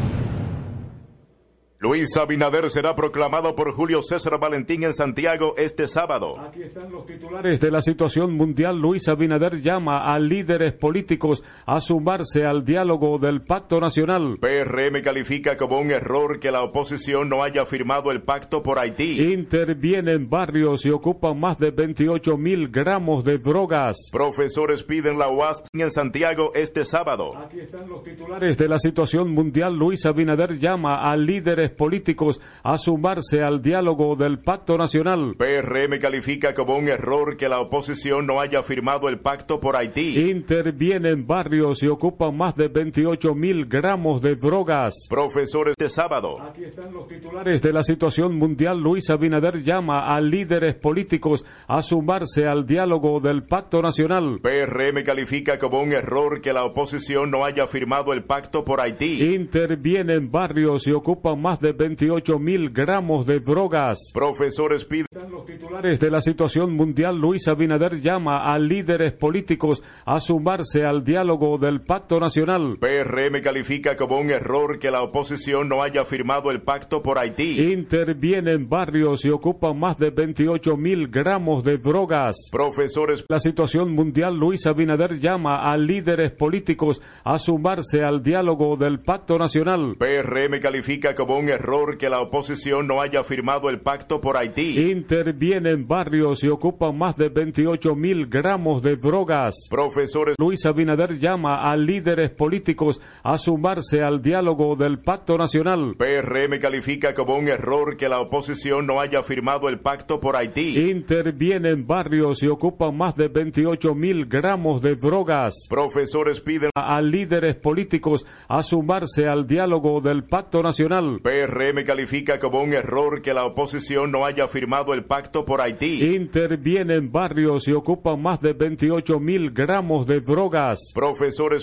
S23: Luis Abinader será proclamado por Julio César Valentín en Santiago este sábado.
S24: Aquí están los titulares de La Situación Mundial. Luis Abinader llama a líderes políticos a sumarse al diálogo del Pacto Nacional.
S23: PRM califica como un error que la oposición no haya firmado el pacto por Haití.
S24: Intervienen barrios y ocupan más de 28,000 gramos de drogas.
S23: Profesores piden la UAS en Santiago este sábado.
S24: Aquí están los titulares de La Situación Mundial. Luis Abinader llama a líderes políticos a sumarse al diálogo del Pacto Nacional.
S23: PRM califica como un error que la oposición no haya firmado el pacto por Haití.
S24: Intervienen barrios y ocupan más de 28,000 gramos de drogas.
S23: Profesores de sábado.
S24: Aquí están los titulares de La Situación Mundial. Luis Abinader llama a líderes políticos a sumarse al diálogo del Pacto Nacional.
S23: PRM califica como un error que la oposición no haya firmado el pacto por Haití.
S24: Intervienen barrios y ocupan más de 28,000 gramos de drogas.
S23: Profesores piden.
S24: Están los titulares de La Situación Mundial. Luis Abinader llama a líderes políticos a sumarse al diálogo del Pacto Nacional.
S23: PRM califica como un error que la oposición no haya firmado el pacto por Haití.
S24: Intervienen barrios y ocupan más de 28,000 gramos de drogas.
S23: Profesores.
S24: La Situación Mundial. Luis Abinader llama a líderes políticos a sumarse al diálogo del Pacto Nacional.
S23: PRM califica como un error que la oposición no haya firmado el pacto por Haití.
S24: Intervienen barrios y ocupan más de 28,000 gramos de drogas.
S23: Profesores.
S24: Luis Abinader llama a líderes políticos a sumarse al diálogo del Pacto Nacional.
S23: PRM califica como un error que la oposición no haya firmado el pacto por Haití.
S24: Intervienen barrios y ocupan más de 28,000 gramos de drogas.
S23: Profesores piden
S24: a líderes políticos a sumarse al diálogo del Pacto Nacional.
S23: PRM califica como un error que la oposición no haya firmado el pacto por Haití.
S24: Intervienen barrios y ocupan más de 28,000 gramos de drogas.
S23: Profesores piden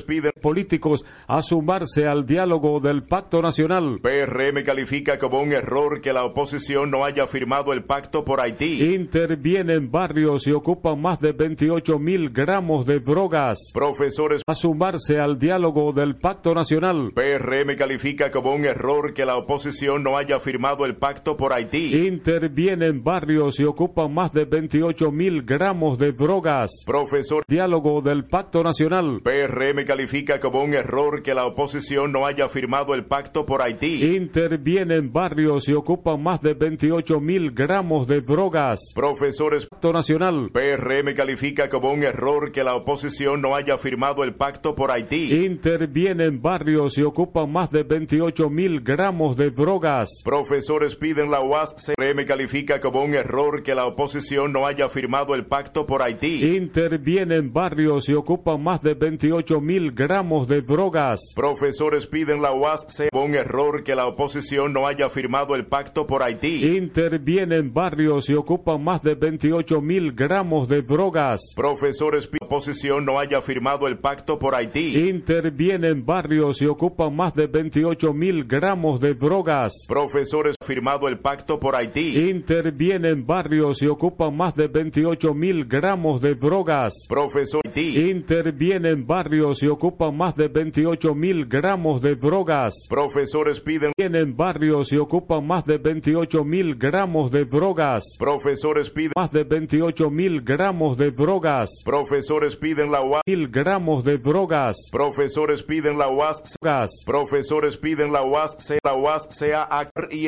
S24: políticos a sumarse al diálogo del Pacto Nacional.
S23: PRM califica como un error que la oposición no haya firmado el pacto por Haití.
S24: Intervienen barrios y ocupan más de 28.000 gramos de drogas.
S23: Profesores
S24: a sumarse al diálogo del Pacto Nacional.
S23: PRM califica como un error que la oposición no haya firmado el pacto por Haití.
S24: Intervienen barrios y ocupan más de 28.000 gramos de drogas.
S23: Profesor
S24: diálogo del Pacto Nacional.
S23: PRM califica como un error que la oposición no haya firmado el pacto por Haití.
S24: Intervienen barrios y ocupan más de 28.000 gramos de drogas.
S23: Profesores
S24: Pacto Nacional.
S23: PRM califica como un error que la oposición no haya firmado el pacto por Haití.
S24: Intervienen barrios y ocupan más de 28.000 gramos de drogas.
S23: Profesores piden la UAS. PRM califica como un error que la oposición no haya firmado el pacto por Haití.
S24: Intervienen barrios y ocupan más de 28.000 gramos de drogas.
S23: Profesores piden la UAS. Un error que la oposición no haya firmado el pacto por Haití.
S24: Intervienen barrios y ocupan más de 28.000 gramos de drogas.
S23: Profesores piden que la oposición no haya firmado el pacto por Haití.
S24: Intervienen barrios y ocupan más de 28.000 gramos de drogas.
S23: Profesores firmado el pacto por Haití.
S24: Intervienen barrios y ocupan más de 28.000 gramos de drogas.
S23: Profesor
S24: intervienen barrios y ocupan más de 28.000 gramos de drogas.
S23: Profesores piden
S24: tienen barrios y ocupan más de 28.000 gramos de drogas.
S23: Profesores piden
S24: más de 28.000 gramos de drogas.
S23: Profesores piden la UAS
S24: 1.000 gramos de drogas.
S23: Profesores piden la UAS
S24: gas.
S23: Profesores piden la UAS sea y